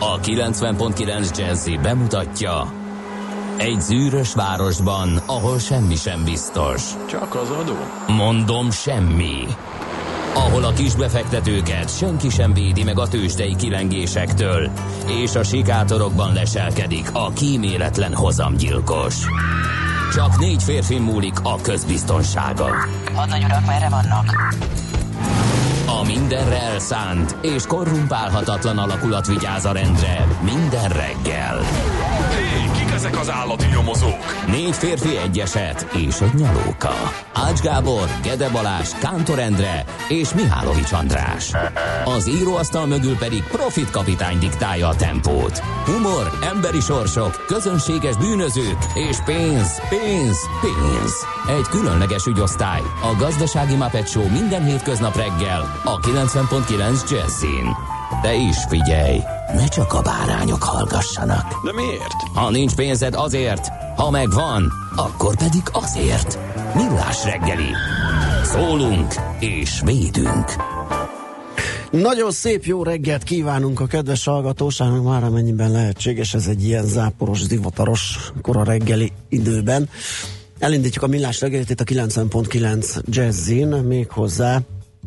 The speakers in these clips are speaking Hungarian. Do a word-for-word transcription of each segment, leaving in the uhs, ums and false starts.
A kilencven pont kilenc Jazzy bemutatja: egy zűrös városban, ahol semmi sem biztos. Csak az adó? Mondom, semmi. Ahol a kisbefektetőket senki sem védi meg a tőzsdei kilengésektől, és a sikátorokban leselkedik a kíméletlen hozamgyilkos. Csak négy férfi múlik a közbiztonsága. Hadnagy urak, merre vannak? A mindenre elszánt és korrumpálhatatlan alakulat vigyáz a rendre minden reggel. Hé, kik ezek az állati nyomozók? Négy férfi, egy eset és egy nyalóka. Ács Gábor, Gede Balázs, Kántor Endre és Mihálovics András. Az íróasztal mögül pedig Profit kapitány diktálja a tempót. Humor, emberi sorsok, közönséges bűnözők és pénz, pénz, pénz. Egy különleges ügyosztály, a Gazdasági Muppet Show minden hétköznap reggel a kilencven pont kilenc Jazzin. De is figyelj, ne csak a bárányok hallgassanak. De miért? Ha nincs pénzed, azért, ha megvan, akkor pedig azért. Millás reggeli. Szólunk és védünk. Nagyon szép jó reggelt kívánunk a kedves hallgatóságnak, már amennyiben lehetséges, ez egy ilyen záporos, zivataros kora reggeli időben. Elindítjuk a Millás reggelit itt a kilencven pont kilenc Jazzin, méghozzá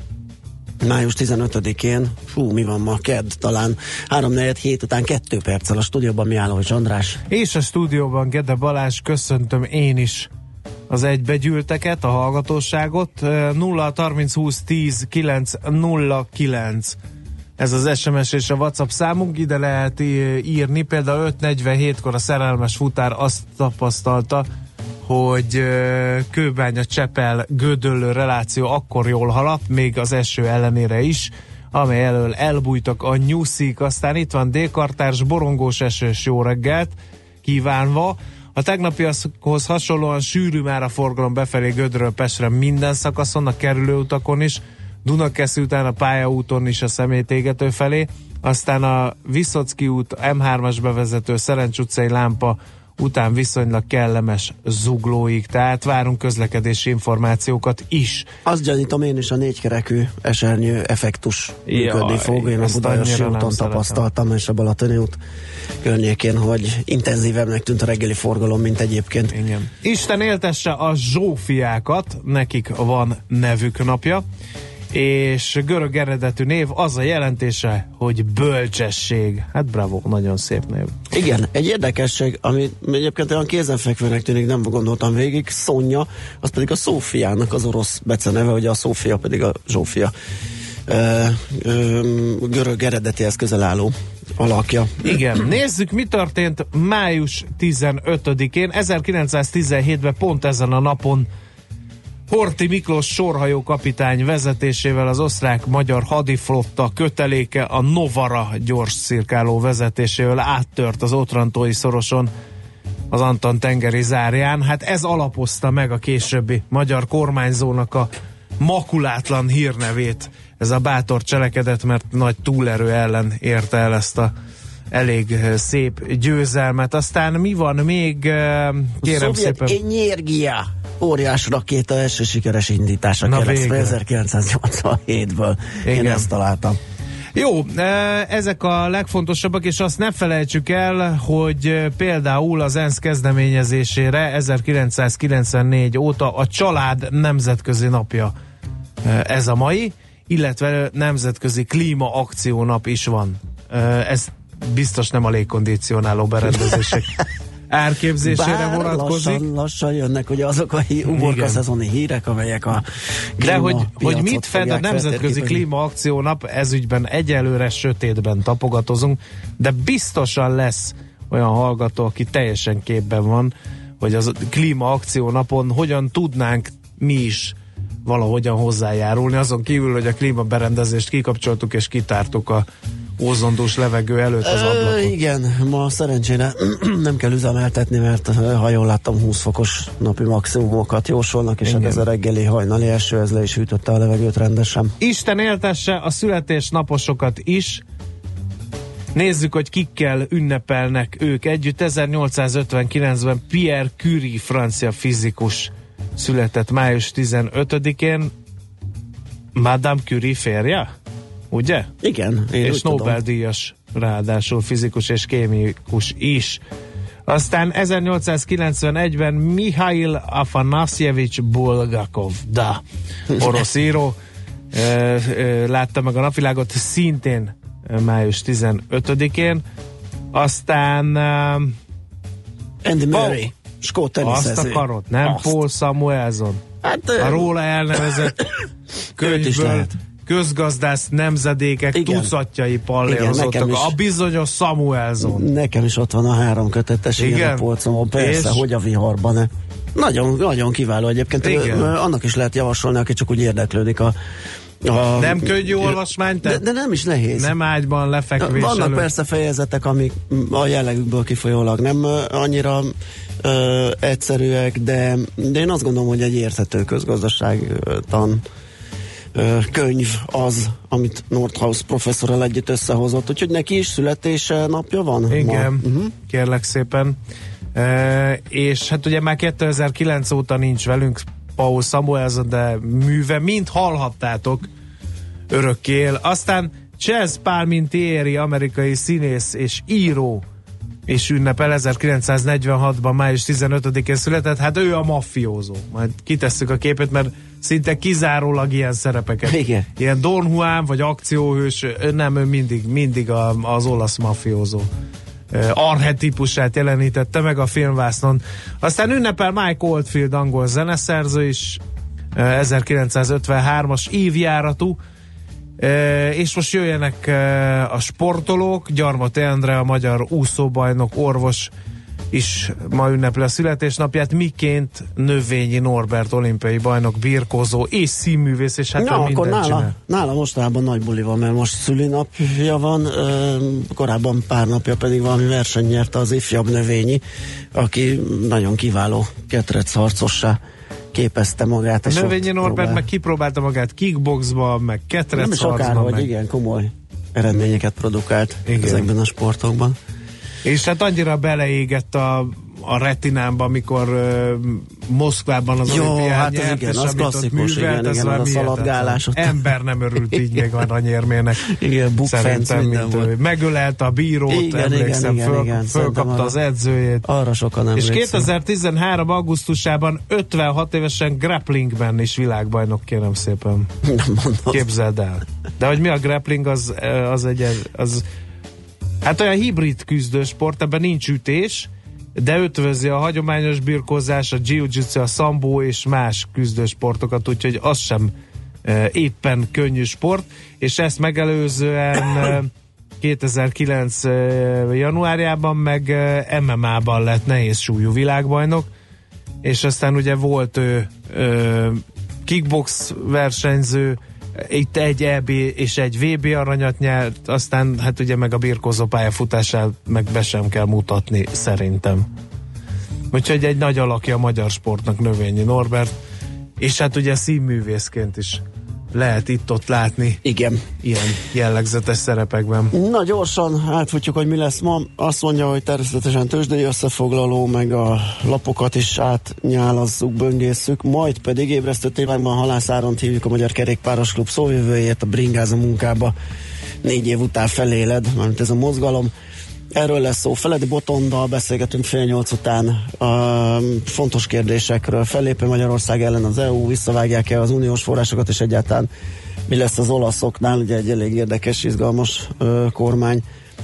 május tizenötödikén, fú, mi van ma, kedd, talán három negyven hét után kettő perccel a stúdióban Mihálovics András. És a stúdióban Gede Balázs, köszöntöm én is az egybegyűlteket, a hallgatóságot. Nulla harminc húsz tíz kilenc nulla kilenc ez az es em es és a WhatsApp számunk, ide lehet írni, például öt negyvenhétkor a szerelmes futár azt tapasztalta, hogy Kőbánya-Csepel Gödöllő reláció akkor jól haladt, még az eső ellenére is, amely elől elbújtak a nyuszik. Aztán itt van D-kartárs, borongós esős jó reggelt kívánva. A tegnapihoz hasonlóan sűrű már a forgalom befelé Gödről Pestre minden szakaszon, a kerülőutakon is, Dunakeszi után a pályaúton is a személytégető felé, aztán a Viszocki út, em hármas bevezető, Szerencs utcai lámpa után viszonylag kellemes zuglóig, tehát várunk közlekedési információkat is. Azt gyanítom én is, a négykerekű esernyő effektus működni fog. Én a Budaörsi úton tapasztaltam, és a Balatoni út környékén, hogy intenzívebbnek tűnt a reggeli forgalom, mint egyébként. Igen. Isten éltesse a Zsófiákat, nekik van nevük napja, és görög eredetű név, az a jelentése, hogy bölcsesség. Hát bravo, nagyon szép név. Igen, egy érdekesség, ami egyébként olyan kézenfekvőnek tűnik, nem gondoltam végig, Szonya, az pedig a Szófiának az orosz beceneve, hogy a Szófia pedig a Zsófia. Ö, ö, görög eredetihez közel álló alakja. Igen, nézzük, mi történt május tizenötödikén. ezerkilencszáztizenhétben pont ezen a napon Horthy Miklós sorhajó kapitány vezetésével az osztrák-magyar hadiflotta köteléke a Novara gyorsszirkáló vezetésével áttört az Otrantói szoroson az Anton tengeri zárján. Hát ez alapozta meg a későbbi magyar kormányzónak a makulátlan hírnevét, ez a bátor cselekedet, mert nagy túlerő ellen érte el ezt a elég szép győzelmet. Aztán mi van még? Kérem szépen. Energia. Óriás rakéta első sikeres indítása keresztül ezerkilencszáznyolcvanhétből. Igen. Én ezt találtam. Jó, ezek a legfontosabbak, és azt ne felejtsük el, hogy például az ENSZ kezdeményezésére ezerkilencszázkilencvennégy óta a család nemzetközi napja ez a mai, illetve nemzetközi klímaakciónap is van. Ez biztos nem a légkondicionáló berendezések árképzésére Bár vonatkozik. Lassan, lassan jönnek ugye azok a hí, uborka szezoni hírek, amelyek a De hogy, hogy mit fed a Nemzetközi Klímaakciónap, ezügyben egyelőre sötétben tapogatozunk, de biztosan lesz olyan hallgató, aki teljesen képben van, hogy az Klímaakciónapon hogyan tudnánk mi is valahogyan hozzájárulni, azon kívül, hogy a klímaberendezést kikapcsoltuk és kitártuk a ózondós levegő előtt az ablakot. Ö, igen, ma szerencsére nem kell üzemeltetni, mert ha jól láttam, húsz fokos napi maximumokat jósolnak, és ez a reggeli hajnali eső, ez le is hűtötte a levegőt rendesen. Isten éltesse a születésnaposokat is. Nézzük, hogy kikkel ünnepelnek ők együtt. ezernyolcszázötvenkilencben Pierre Curie, francia fizikus született május tizenötödikén. Madame Curie férje? Ugye? Igen. És Nobel-díjas ráadásul fizikus és kémikus is. Aztán ezernyolcszázkilencvenegyben Mihail Afanasjevics Bulgakov, da, orosz író, látta meg a napvilágot szintén május tizenötödikén. Aztán Andy Murray, skót teniszező. Azt akarod, nem? Azt. Paul Samuelson. Hát, a róla elnevezett könyvből közgazdász nemzedékek igen. tucatjai pallérozottak. A bizonyos Samuelson. Nekem is ott van a három kötetes igen. a polcomon, persze, és? Hogy a viharban ne. Nagyon, nagyon kiváló egyébként. Igen. Annak is lehet javasolni, aki csak úgy érdeklődik a A, nem könnyű olvasmány? De, de nem is nehéz. Nem ágyban lefekvés Vannak előtt. Persze fejezetek, amik a jellegükből kifolyólag nem annyira ö, egyszerűek, de, de én azt gondolom, hogy egy érthető közgazdaságtan ö, könyv az, amit Nordhaus professzorral együtt összehozott, úgyhogy neki is születése napja van? Igen, uh-huh. Kérlek szépen. E, és hát ugye már kétezer-kilenc óta nincs velünk Paul Samuelson, de műve, mint hallhattátok, örökké él. Aztán Chaz Palminteri, amerikai színész és író, és ünnepel ezerkilencszáznegyvenhatban május tizenötödikén született, hát ő a maffiózó. Majd kitesszük a képet, mert szinte kizárólag ilyen szerepeket. Igen. Ilyen Don Juan, vagy akcióhős, nem, ő mindig, mindig a, az olasz maffiózó archetípusát jelenítette meg a filmvásznon. Aztán ünnepel Mike Oldfield, angol zeneszerző is, ezerkilencszázötvenhármas évjáratú, és most jöjjenek a sportolók. Gyarmati Endre, a magyar úszóbajnok, orvos is ma ünnepli a születésnapját, miként Növényi Norbert, olimpiai bajnok, birkózó és színművész, és hát ja, mindent akkor nála, csinál. nála mostában nagy buli van, mert most szülinapja van, korábban pár napja pedig valami verseny nyerte az ifjabb Növényi, aki nagyon kiváló ketrecharcossá képezte magát. A Növényi Norbert próbál. Meg kipróbálta magát kickboxba, meg ketrecharcban. Hogy meg... igen, komoly eredményeket produkált igen. ezekben a sportokban. És hát annyira beleégett a, a retinámba, amikor uh, Moszkvában az olimpián hát nyert, igen, és az klasszikus, igen, igen, igen, a szaladgálás. Ember nem örült így még aranyérmének. Igen, szerintem, mint ő. Megölelte a bírót, igen, emlékszem, igen, föl, igen, fölkapta az edzőjét. Arra sokan emlékszem. És kétezer-tizenhárom augusztusában ötvenhat évesen grapplingben is világbajnok, kérem szépen. Nem mondod. Képzeld el. De hogy mi a grappling, az, az egy... Az, hát olyan hibrid küzdősport, ebben nincs ütés, de ötvözi a hagyományos birkózás, a jiu-jitsu, a szambó és más küzdősportokat, úgyhogy az sem e, éppen könnyű sport, és ezt megelőzően e, kétezer-kilenc e, januárjában meg e, em em á-ban lett nehéz súlyú világbajnok, és aztán ugye volt ő e, kickbox versenyző, itt egy é bé és egy vé bé aranyat nyert, aztán hát ugye meg a birkózó pályafutását meg be sem kell mutatni szerintem. Úgyhogy egy nagy alakja a magyar sportnak Növényi Norbert, és hát ugye színművészként is lehet itt-ott látni. Igen. Ilyen jellegzetes szerepekben. Na gyorsan átfutjuk, hogy mi lesz ma. Azt mondja, hogy természetesen tőzsdei összefoglaló, meg a lapokat is átnyálazzuk, böngészük, majd pedig ébresztő témákban Halász Áront hívjuk, a Magyar Kerékpáros Klub szóvivőjét, a Bringáz a munkába négy év után feléled, mármint ez a mozgalom. Erről lesz szó. Feledi Botondal beszélgetünk fél nyolc után a fontos kérdésekről. Fellépő Magyarország ellen az é u, visszavágják-e az uniós forrásokat, és egyáltalán mi lesz az olaszoknál, ugye egy elég érdekes, izgalmas ö, kormány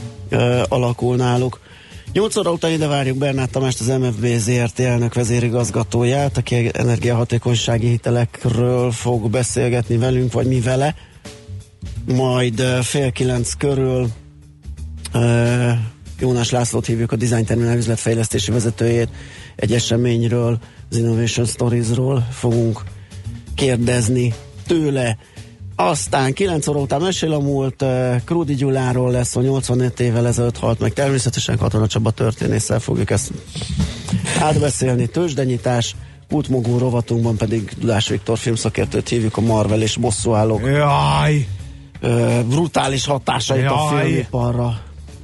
ö, alakul náluk. nyolc óra után ide várjuk Bernát Tamást, az em ef bé zé er té elnök vezérigazgatóját, aki energiahatékonysági hitelekről fog beszélgetni velünk, vagy mi vele. Majd ö, fél kilenc körül ö, Jónás Lászlót hívjuk, a Design Terminál üzletfejlesztési vezetőjét, egy eseményről, az Innovation Stories-ról fogunk kérdezni tőle. Aztán kilenc óra után mesél a múlt, uh, Krúdi Gyuláról lesz, a nyolcvanöt évvel ezelőtt halt meg, természetesen Katona Csaba történésszel fogjuk ezt átbeszélni. Tőzsdenyítás, útmogul rovatunkban pedig Dudás Viktor filmszakértőt hívjuk, a Marvel és bosszúállók Jaj! Uh, brutális hatásait Jaj. a filmiparra.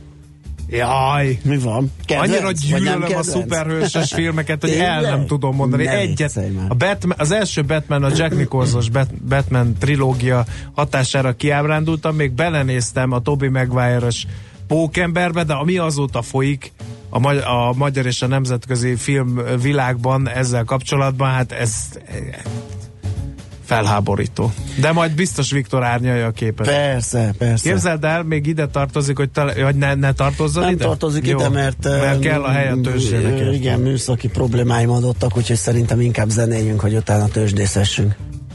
Jaj! Mi van? Kedvenc? Annyira gyűlölöm a szuperhősös filmeket, hogy el nem tudom mondani. Nem Egyet. A Batman, az első Batman, a Jack Nicholson-os Batman trilógia hatására kiábrándultam, még belenéztem a Tobey Maguire-os Pókemberbe, de ami azóta folyik a, ma- a magyar és a nemzetközi filmvilágban ezzel kapcsolatban, hát ez felháborító. De majd biztos Viktor árnyalja a képet. Persze, persze. Képzeld el, még ide tartozik, hogy, tele, hogy ne, ne tartozzon Nem ide? tartozik Jó, ide, mert, mert kell a hely a tőzsdének. Igen, műszaki problémáim adottak, úgyhogy szerintem inkább zenéljünk, hogy utána tőzsdészessünk.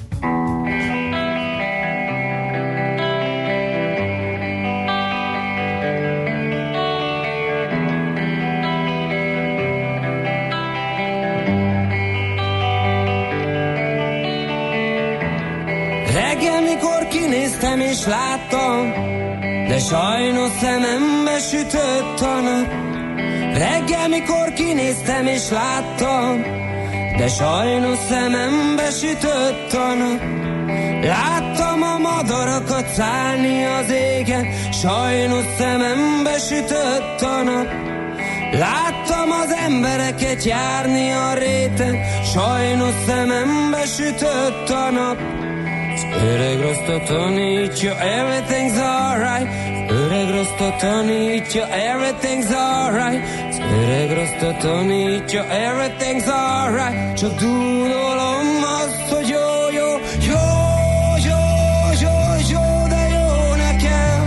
Reggel, mikor kinéztem és láttam, de sajnos szemembe sütött a nap. Reggel, mikor kinéztem és láttam, de sajnos szemembe sütött a nap. Láttam a madarakat szállni az égen, sajnos szemembe sütött a nap. Láttam az embereket járni a réten, sajnos szemembe sütött a nap. Öreg rostot tanítja, everything's alright. Öreg rostot tanítja, everything's alright. Öreg rostot tanítja, everything's alright. Csak dúdolom azt, hogy jó, jó, jó, jó, jó, jó, de jó nekem.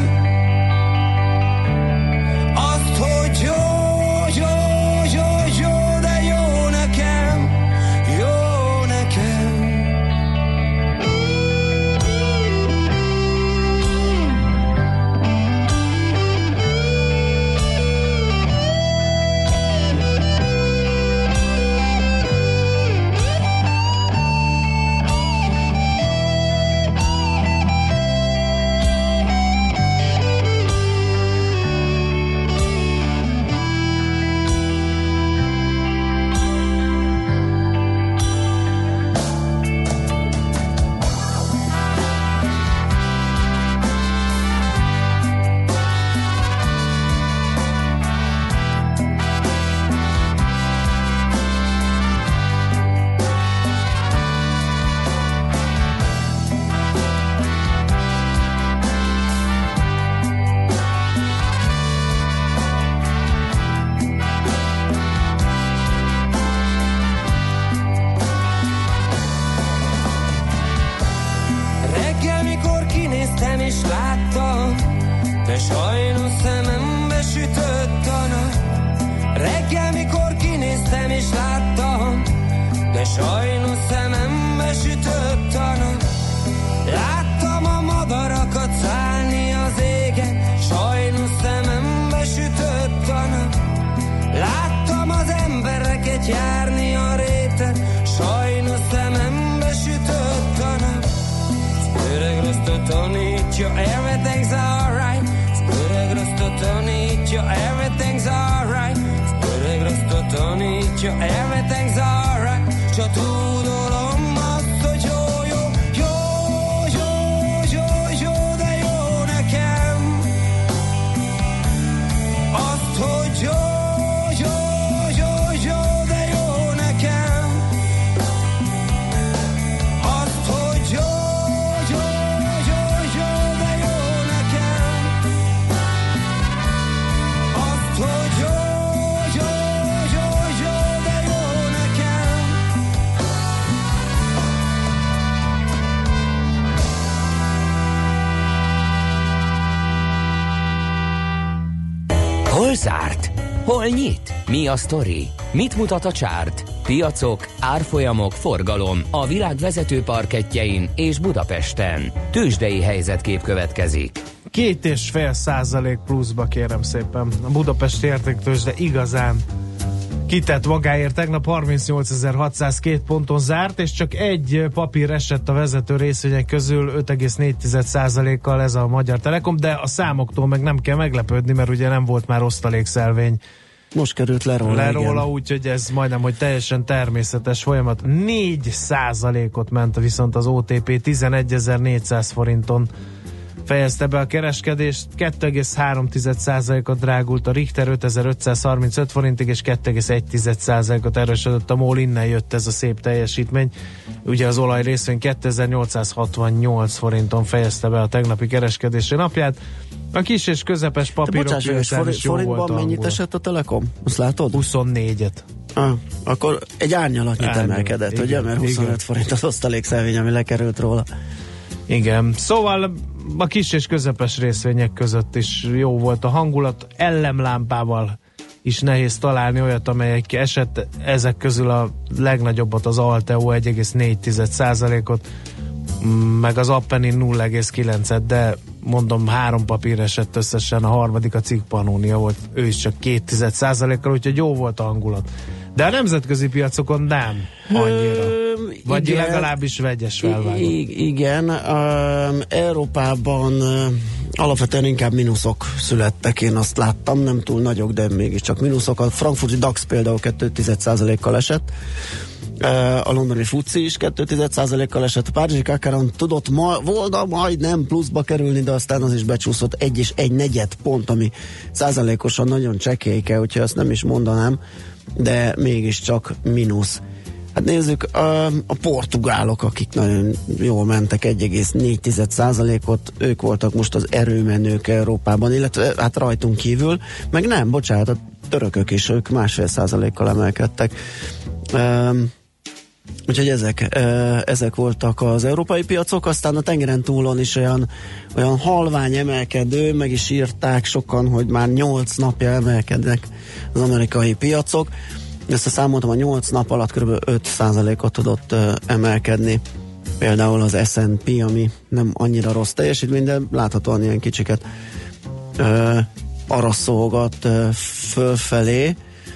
Azt, hogy jó, jó, jó, jó, de jó nekem. Jó nekem. Kinéztem és láttam, de sajnos szemembe sütött a nap. Reggel, mikor kinéztem és láttam, de sajnos szemembe sütött a nap. Láttam a madarakat szállni az égen, sajnos szemembe sütött a nap. Láttam az embereket járni a réten, sajnos szemembe sütött a nap. Öreg rostot tanítja, everything's alright. Öreg rostot tanítja, everything's alright. Öreg rostot tanítja, everything's alright. Csak tudolom azt, hogy jó, jó, jó, jó, jó, jó, de jó nekem. Azt, hogy jó, jó, jó, jó, de jó nekem. Azt, hogy jó, Hol zárt? Hol nyit? Mi a sztori? Mit mutat a csárt? Piacok, árfolyamok, forgalom a világ vezető parkettjein és Budapesten. Tőzsdei helyzetkép következik. Két és fél százalék pluszba, kérem szépen. A budapesti értéktőzsde igazán kitett magáért. Tegnap harmincnyolcezer-hatszázkettő ponton zárt, és csak egy papír esett a vezető részvények közül, öt egész négy százalékkal, ez a Magyar Telekom, de a számoktól meg nem kell meglepődni, mert ugye nem volt már osztalékszelvény. Most került le róla. Le róla, úgyhogy ez majdnem, hogy teljesen természetes folyamat. négy százalékot ment viszont az o té pé, tizenegyezer-négyszáz forinton fejezte be a kereskedést, kettő egész három százalékot drágult a Richter, ötezer-ötszázharmincöt forintig, és kettő egész egy százalékot erősödött a MOL, innen jött ez a szép teljesítmény. Ugye az olaj részvény kétezer-nyolcszázhatvannyolc forinton fejezte be a tegnapi kereskedési napját. A kis és közepes papírok Bocsás, és forint, forint, forintban mennyit esett a Telekom? Azt látod? huszonnégyet. Ah, akkor egy árnyalatnyit Árnyalat, emelkedett, igen, ugye? Mert huszonöt igen. forint az osztalékszelvény, ami lekerült róla. Igen, szóval a kis és közepes részvények között is jó volt a hangulat, ellemlámpával is nehéz találni olyat, amelyek esett, ezek közül a legnagyobbat az Alteo egy egész négy százalékot, meg az Appenin nulla egész kilenc, de mondom három papír esett összesen, a harmadik a Cikk Pannónia volt, ő is csak két százalékkal, úgyhogy jó volt a hangulat. De a nemzetközi piacokon nem annyira. Vagy igen, legalábbis vegyes felvágott. Igen, uh, Európában uh, alapvetően inkább mínuszok születtek, én azt láttam, nem túl nagyok, de mégiscsak mínuszok. A frankfurti DAX például két százalékkal esett, uh, a londoni FTSE is két százalékkal esett, a párizsi Kakaron tudott ma, volna majd nem pluszba kerülni, de aztán az is becsúszott egy és egy negyed pont, ami százalékosan nagyon csekélyke, úgyhogy azt nem is mondanám, de mégiscsak mínusz. Hát nézzük, a, a portugálok, akik nagyon jól mentek, egy egész négy százalékot, ők voltak most az erőmenők Európában, illetve hát rajtunk kívül, meg nem, bocsánat, a törökök is, ők másfél százalékkal emelkedtek. Um, úgyhogy ezek, uh, ezek voltak az európai piacok, aztán a tengeren túlon is olyan, olyan halvány emelkedő, meg is írták sokan, hogy már nyolc napja emelkednek az amerikai piacok. Összeszámoltam, a nyolc nap alatt kb. öt százalékot tudott uh, emelkedni. Például az es and pé, ami nem annyira rossz teljesítmény, de láthatóan ilyen kicsiket uh, arra szolgat uh, fölfelé,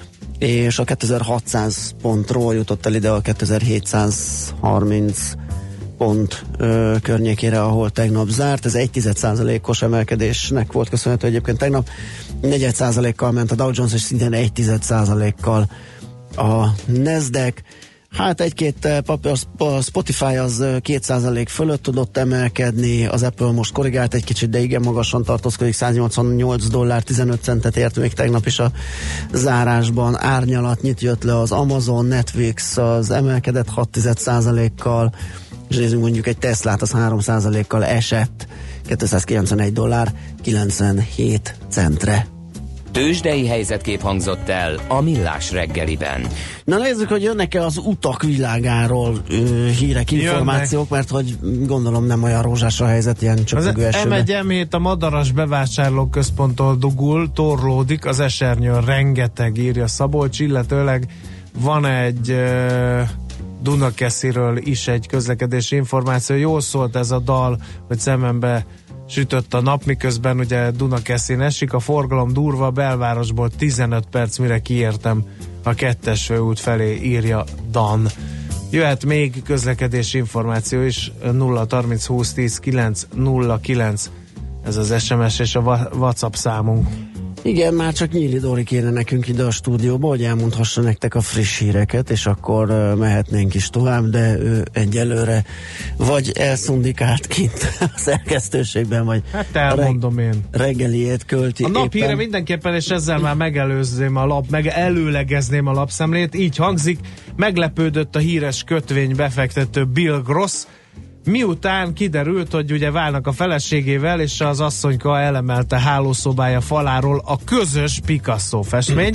és a kétezer-hatszáz pontról jutott el ide a kétezer-hétszázharminc pont ö, környékére, ahol tegnap zárt. Ez egy százalékos emelkedésnek volt köszönhető egyébként tegnap. negyed százalékkal ment a Dow Jones, és szintén egy százalékkal a Nasdaq. Hát egy-két papír, a Spotify az két százalék fölött tudott emelkedni, az Apple most korrigált egy kicsit, de igen magasan tartózkodik, száznyolcvannyolc dollár tizenöt centet ért még tegnap is a zárásban. Árnyalatnyit jött le az Amazon, Netflix az emelkedett hat százalékkal, és nézzünk mondjuk egy Teslát, az három százalékkal esett, kétszázkilencvenegy dollár kilencvenhét centre. Tőzsdei helyzetkép hangzott el a Millás reggeliben. Na nézzük, hogy jönnek-e az utak világáról ö, hírek, információk, mert hogy gondolom nem olyan rózsás a helyzet, ilyen csöpögő esőbe. Az em egy em hét a Madaras bevásárlóközponttól dugul, torlódik, az esernyőn rengeteg, írja Szabolcs, illetőleg van egy ö, Dunakesziről is egy közlekedési információ. Jól szólt ez a dal, hogy szemembe sütött a nap, miközben ugye Dunakeszin esik, a forgalom durva, a belvárosból tizenöt perc, mire kiértem a kettes főút felé, írja Dan. Jöhet még közlekedési információ is, nulla harminc húsz tíz kilenc nulla kilenc, ez az es em es és a WhatsApp számunk. Igen, már csak Nyíli Dóri kéne nekünk ide a stúdióba, hogy elmondhassa nektek a friss híreket, és akkor uh, mehetnénk is tovább, de ő egyelőre vagy elszundikált kint a szerkesztőségben, vagy hát elmondom reg- én. reggeliét költi. A nap éppen. híre mindenképpen, és ezzel már megelőzném a lap, meg előlegezném a lapszemlét, így hangzik: meglepődött a híres kötvény befektető Bill Gross, miután kiderült, hogy ugye válnak a feleségével, és az asszonyka elemelte hálószobája faláról a közös Picasso festmény.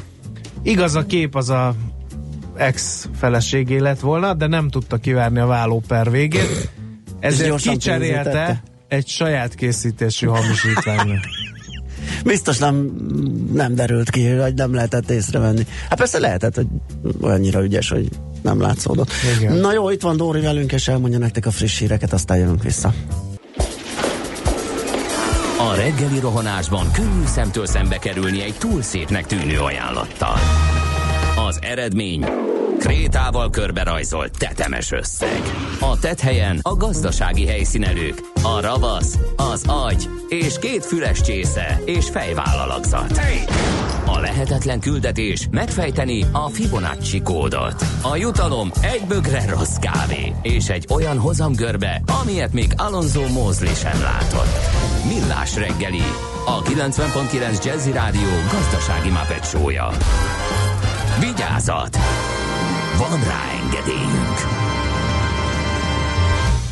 Igaz, a kép az a ex feleségé lett volna, de nem tudta kivárni a vállóper végét, ezért kicserélte egy saját készítésű hamisítványra. Biztos nem, nem derült ki, hogy nem lehetett észrevenni. Hát persze lehetett, hogy olyannyira ügyes, hogy nem látszódott. Igen. Na jó, itt van Dóri velünk, és elmondja nektek a friss híreket, aztán jövünk vissza. A reggeli rohanásban könnyű szemtől szembe kerülni egy túl szépnek tűnő ajánlattal. Az eredmény: krétával körberajzolt tetemes összeg. A tetthelyen a gazdasági helyszínelők, a ravasz, az agy és két füles csésze és fejvállalakzat. A lehetetlen küldetés megfejteni a Fibonacci kódot. A jutalom egy bögre rossz kávé és egy olyan hozamgörbe, amilyet még Alonso Mosley sem látott. Millás reggeli, a kilencven pont kilenc Jazzy Rádió gazdasági Muppet show-ja. Vigyázat! Van rá engedélyünk.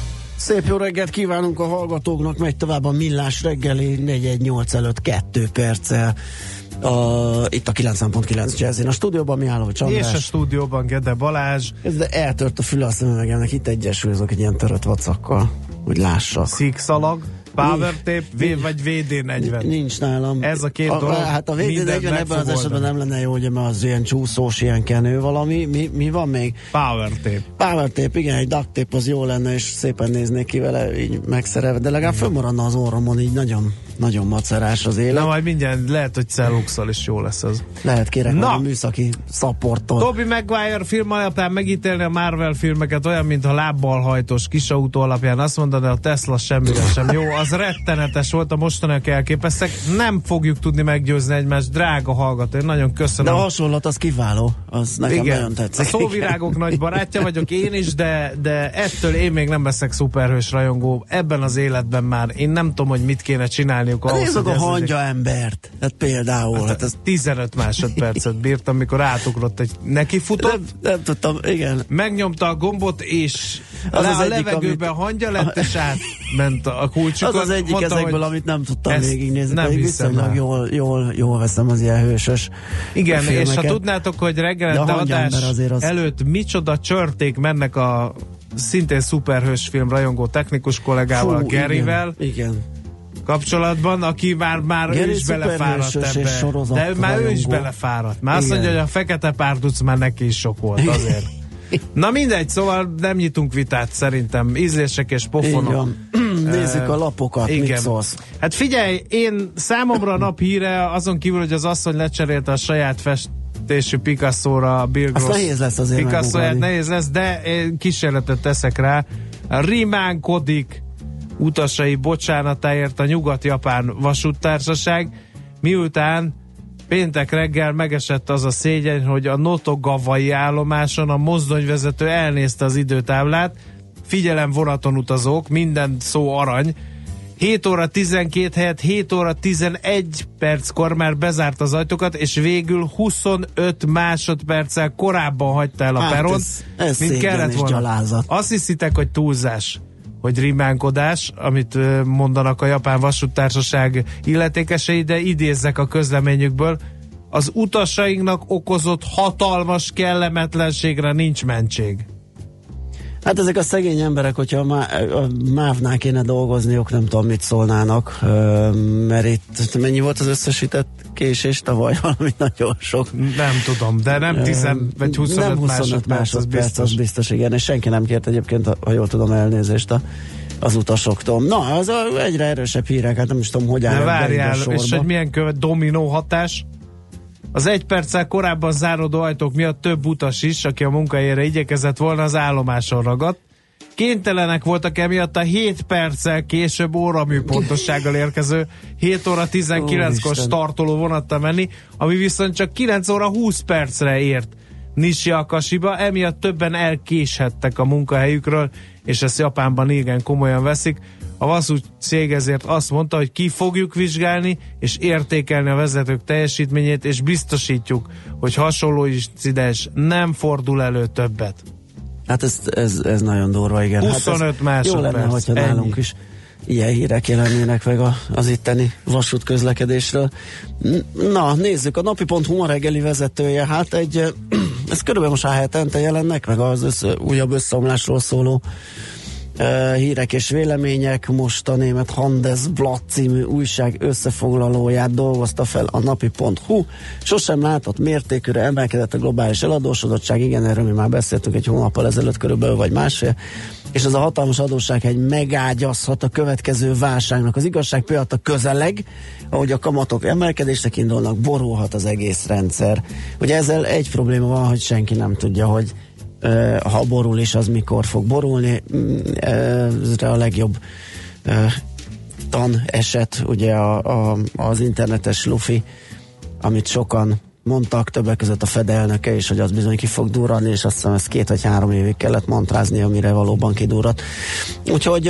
Szép jó reggelt kívánunk a hallgatóknak, megy tovább a Millás reggeli négy nyolc előtt kettő perccel. A, itt a kilencven pont kilenc Jazzin. A stúdióban Mihálovics András. És a stúdióban Gede Balázs. Ez de eltört a füle a szemüvegemnek, itt egyesül azok egy ilyen törött vacakkal, hogy lássak. Szíkszalag, Power Tape, v- vagy vé dé negyven. Nincs nálam. Ez a két a, dolog. Hát a vé dé negyven ebben az esetben nem lenne jó, ugye, mert az ilyen csúszós, ilyen kenő valami. Mi, mi van még? Power Tape. Power Tape, igen, egy duct tape az jó lenne, és szépen néznék ki vele, így megszerelve, de legalább fönnmaradna az orromon, így nagyon, nagyon macerás az élet. Na majd mindjárt lehet, hogy celluxal is jó lesz ez. Lehet, kérek Na. a műszaki szapporttól. Tobey Maguire film alapján megítélni a Marvel filmeket olyan, mintha lábbal hajtós kisautó alapján azt mondani, de a Tesla semmire sem jó. Az rettenetes volt, a mostaniak elképesztek. Nem fogjuk tudni meggyőzni egymást, drága hallgató. Én nagyon köszönöm. De a hasonlat az kiváló, az nekem Igen. nagyon tetszik. A szóvirágok nagy barátja vagyok én is, de, de ettől én még nem leszek szuperhős rajongó. Ebben az életben már én nem tudom, hogy mit kéne csinálniuk ahhoz, Nézzük hogy a ez hangya embert. Hát például. Hát, Hát ez tizenöt másodpercet bírt, amikor átugrott egy nekifutott, nem, nem tudtam, igen. megnyomta a gombot, és Az le az a egyik, levegőben amit- hangja lett, és átment a kulcsukon. Az az egyik Mondta, ezekből, hogy amit nem tudtam ezt végignézni. nem pedig hiszem viszonylag el. jól, jól, jól veszem az ilyen hősös Igen, filmeket. és ha tudnátok, hogy De reggelente a hangyaember adás azért az- előtt micsoda csörték mennek a szintén szuperhős film rajongó technikus kollégával, Fú, Garyvel Igen, igen. kapcsolatban, aki már, már ő Gary is belefáradt szuperhősös és ebbe. sorozat De már ő is rajongó. belefáradt. Már azt Igen. mondja, hogy a fekete párduc már neki is sok volt azért. Na mindegy, szóval nem nyitunk vitát szerintem. Ízlések és Így pofonok. van. Nézzük a lapokat, mit Igen. szólsz? Hát figyelj, én számomra a nap híre azon kívül, hogy az asszony lecserélte a saját festésű Picasso-ra a Bill Az Gross nehéz lesz azért Picasso-ját, megugrani. nehéz lesz, de én kísérletet teszek rá. Rimánkodik utasai bocsánatáért a Nyugat-Japán vasúttársaság, miután péntek reggel megesett az a szégyen, hogy a Notogawai állomáson a mozdonyvezető elnézte az időtáblát. Figyelem, vonaton utazók, minden szó arany. hét óra tizenkét helyett hét óra tizenegy perckor már bezárt az ajtókat, és végül huszonöt másodperccel korábban hagyta el a Hát peront, ez- ez mint szégyen kellett és volna. gyalázat. Azt hiszitek, hogy túlzás, hogy rimánkodás, amit ö, mondanak a japán vasúttársaság illetékesei, de idézzek a közleményükből, az utasainknak okozott hatalmas kellemetlenségre nincs mentség. Hát ezek a szegény emberek, hogyha a, má, a mávnál kéne dolgozniuk, nem tudom, mit szólnának, ö, mert itt mennyi volt az összesített késés tavaly? Valami nagyon sok. Nem tudom, de nem tíz vagy huszonöt, nem huszonöt másodperc, másodperc, az biztos. az biztos, igen, és senki nem kért egyébként, ha jól tudom, elnézést a, az utasoktól. Na, az a, egyre erősebb hírek, hát nem is tudom, hogy De állnak be ide a várjál, sorba. és hogy milyen követ dominó hatás? Az egy perccel korábban záródó ajtók miatt több utas is, aki a munkahelyére igyekezett volna, az állomáson ragadt. Kénytelenek voltak emiatt a hét perccel később óramű pontossággal érkező hét óra tizenkilenckor Úristen. startoló vonattal menni, ami viszont csak kilenc óra húsz percre ért Nishiakashiba, emiatt többen elkéshettek a munkahelyükről, és ezt Japánban igen komolyan veszik. A vasút cég ezért azt mondta, hogy ki fogjuk vizsgálni és értékelni a vezetők teljesítményét, és biztosítjuk, hogy hasonló incidens nem fordul elő többet. Hát ez, ez, ez nagyon durva, igen. huszonöt hát ez másodperc. Jó lenne, hogyha Ennyi. nálunk is ilyen hírek jelennének meg a, az itteni vasút közlekedésről. Na, nézzük, a napi pont hu ma reggeli vezetője, hát egy, ez körülbelül most hetente jelennek meg az össze, újabb összeomlásról szóló uh, hírek és vélemények. Most a német Handelsblatt című újság összefoglalóját dolgozta fel a napi pont hu. Sosem látott mértékűre emelkedett a globális eladósodottság, igen, erről mi már beszéltünk egy hónappal ezelőtt körülbelül, vagy másfél, és ez a hatalmas adóssághegy megágyazhat a következő válságnak. Az igazságpillanata közeleg, ahogy a kamatok emelkedésnek indulnak, borulhat az egész rendszer. Ugye ezzel egy probléma van, hogy senki nem tudja, hogy uh, ha borul is, az mikor fog borulni. Ezre a legjobb uh, tan eset, ugye a, a, az internetes lufi, amit sokan mondtak, többek között a Fed elnöke is, hogy az bizony ki fog durrani, és azt hiszem ezt két vagy három évig kellett mantrázni, amire valóban kidurrat. Úgyhogy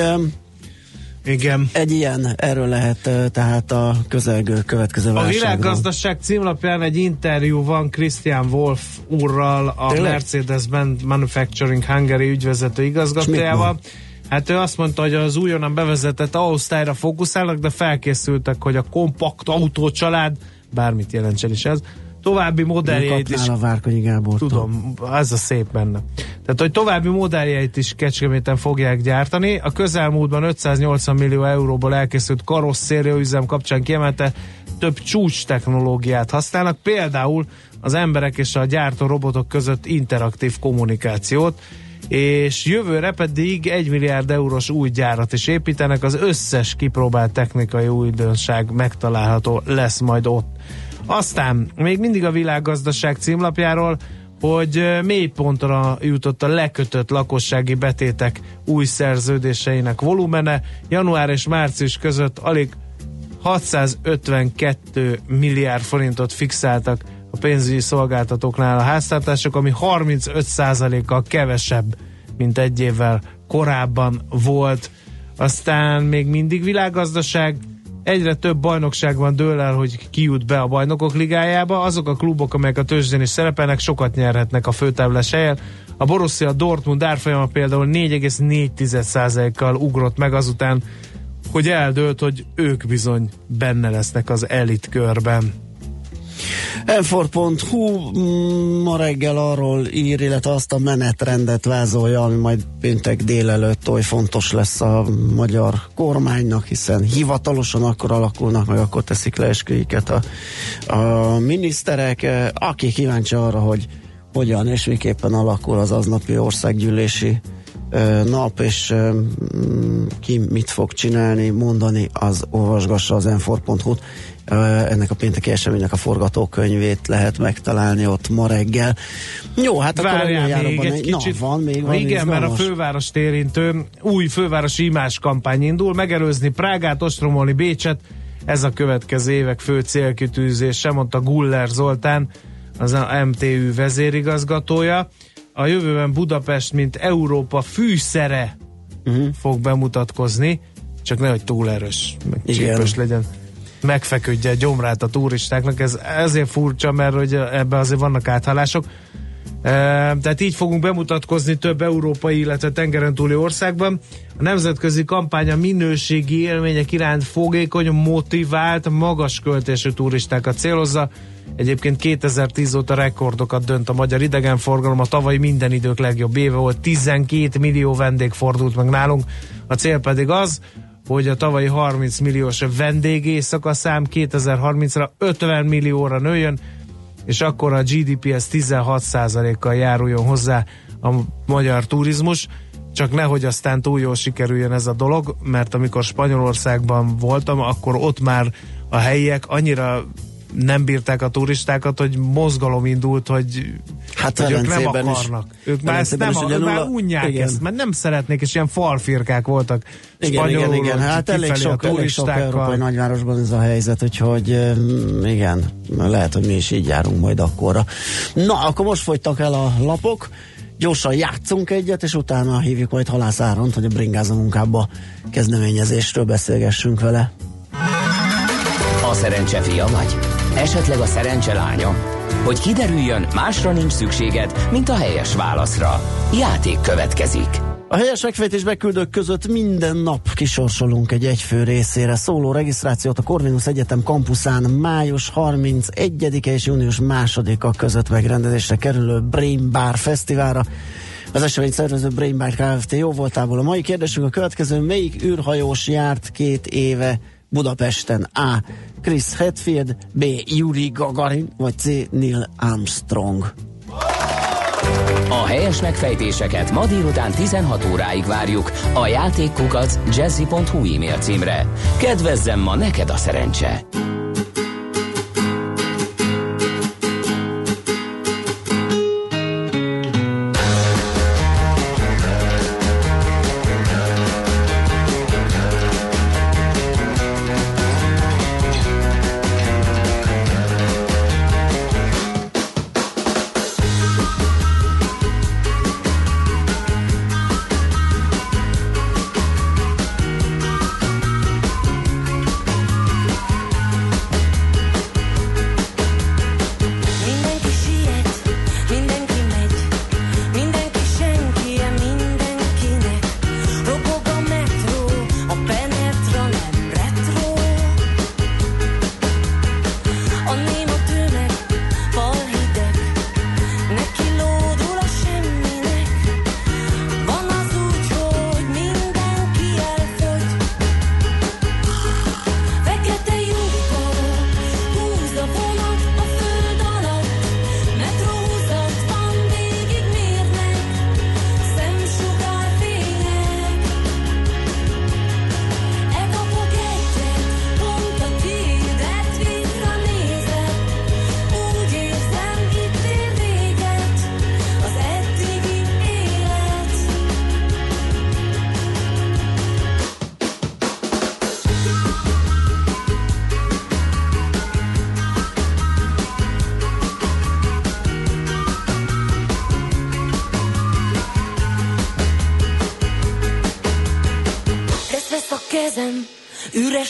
Igen. egy ilyen, erről lehet tehát a közelgő következő A válságról. Világgazdaság címlapján egy interjú van Christian Wolf úrral, a Tényleg? Mercedes-Benz Manufacturing Hungary ügyvezető igazgatójával. Hát ő azt mondta, hogy az újonnan bevezetett Ausztályra fókuszálnak, de felkészültek, hogy a kompakt autócsalád, bármit jelentsen is ez, további modelljeit is... a Várkonyi Gábortól. Tudom, ez a szép benne. Tehát, hogy további modelljeit is Kecskeméten fogják gyártani. A közelmúltban ötszáznyolcvan millió euróból elkészült karosszéria üzem kapcsán kiemelte, több csúcs technológiát használnak, például az emberek és a gyártó robotok között interaktív kommunikációt, és jövőre pedig egy milliárd eurós új gyárat is építenek, az összes kipróbált technikai újdonság megtalálható lesz majd ott. Aztán még mindig a Világgazdaság címlapjáról, hogy mélypontra jutott a lekötött lakossági betétek új szerződéseinek volumene. Január és március között alig hatszázötvenkettő milliárd forintot fixáltak a pénzügyi szolgáltatóknál a háztartások, ami harmincöt százalékkal kevesebb, mint egy évvel korábban volt. Aztán még mindig Világgazdaság, egyre több bajnokságban dől el, hogy ki jut be a Bajnokok Ligájába. Azok a klubok, amelyek a tőzsdén is szerepelnek, sokat nyerhetnek a főtáblás helyen. A Borussia Dortmund árfolyama például négy egész négy százalékkal ugrott meg azután, hogy eldőlt, hogy ők bizony benne lesznek az elit körben. em négy pont hú ma reggel arról ír, illetve azt a menetrendet vázolja, ami majd péntek délelőtt oly fontos lesz a magyar kormánynak, hiszen hivatalosan akkor alakulnak, meg akkor teszik le esküjüket a, a miniszterek. Aki kíváncsi arra, hogy hogyan és miképpen alakul az aznapi országgyűlési nap, és ki mit fog csinálni, mondani, az olvasgassa az em négy pont hú-t. Ennek a pénteki eseménynek a forgatókönyvét lehet megtalálni ott ma reggel. Jó, hát várjál akkor még egy na, kicsit. van még van. Igen, mert a fővárost érintő új fővárosi imázs kampány indul, megelőzni Prágát, ostromolni Bécset, ez a következő évek fő célkitűzése, mondta Guller Zoltán, az a em té ü vezérigazgatója. A jövőben Budapest, mint Európa fűszere uh-huh. fog bemutatkozni, csak nehogy túl erős, meg csípős legyen. Megfeküdje a gyomrát a turistáknak, ez ezért furcsa, mert hogy ebben azért vannak áthallások. E, tehát így fogunk bemutatkozni több európai, illetve tengeren túli országban. A nemzetközi kampány a minőségi élmények iránt fogékony, motivált, magas költésű turistákat célozza. Egyébként kétezer-tíz óta rekordokat dönt a magyar idegenforgalom, a tavalyi minden idők legjobb éve volt, tizenkét millió vendég fordult meg nálunk. A cél pedig az, hogy a tavalyi harminc milliós vendégészaka szám kétezer-harmincra ötven millióra nőjön, és akkor a gé dé péhez tizenhat százalékkal járuljon hozzá a magyar turizmus. Csak nehogy aztán túl jól sikerüljön ez a dolog, mert amikor Spanyolországban voltam, akkor ott már a helyiek annyira nem bírták a turistákat, hogy mozgalom indult, hogy, hát hogy ők nem akarnak. Is, ők már ezt nem, ők már unják igen. ezt, mert nem szeretnék, és ilyen falfirkák voltak igen, igen, igen. Hát elég sok, elég sok európai nagyvárosban ez a helyzet, úgyhogy igen, lehet, hogy mi is így járunk majd akkorra. Na, akkor most fogytak el a lapok, gyorsan játszunk egyet, és utána hívjuk majd Halász Áront, hogy a Bringáz a munkába kezdeményezésről beszélgessünk vele. A szerencse fia vagy? Esetleg a szerencse lánya? Hogy kiderüljön, másra nincs szükséged, mint a helyes válaszra. Játék következik. A helyes megfejtés beküldők között minden nap kisorsolunk egy egyfő részére szóló regisztrációt a Corvinus Egyetem kampuszán május harmincegyedike és június másodika között megrendezésre kerülő Brain Bar Fesztiválra. Az esemény szervező Brain Bar Kft. Jó voltából. A mai kérdésünk a következő: melyik űrhajós járt két éve Budapesten? A. Chris Hadfield, B. Yuri Gagarin, vagy C. Neil Armstrong? A helyes megfejtéseket ma délután tizenhat óráig várjuk a játékkukac jazzy pont hu e-mail címre. Kedvezzem ma neked a szerencse!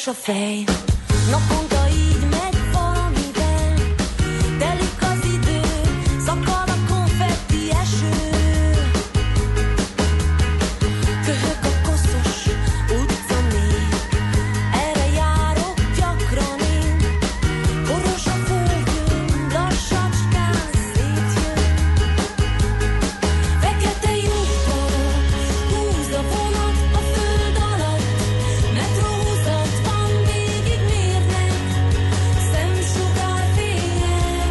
Poros a fej, naponta így megy valamivel, telik az idő, szakad a konfetti eső, köhög a koszos utca még, erre járok gyakran én, poros a földön, lassacskán szétjön, fekete lyukbarok, húz a vonat a föld alatt, metrózat van végig mérnek, szemsugárfények,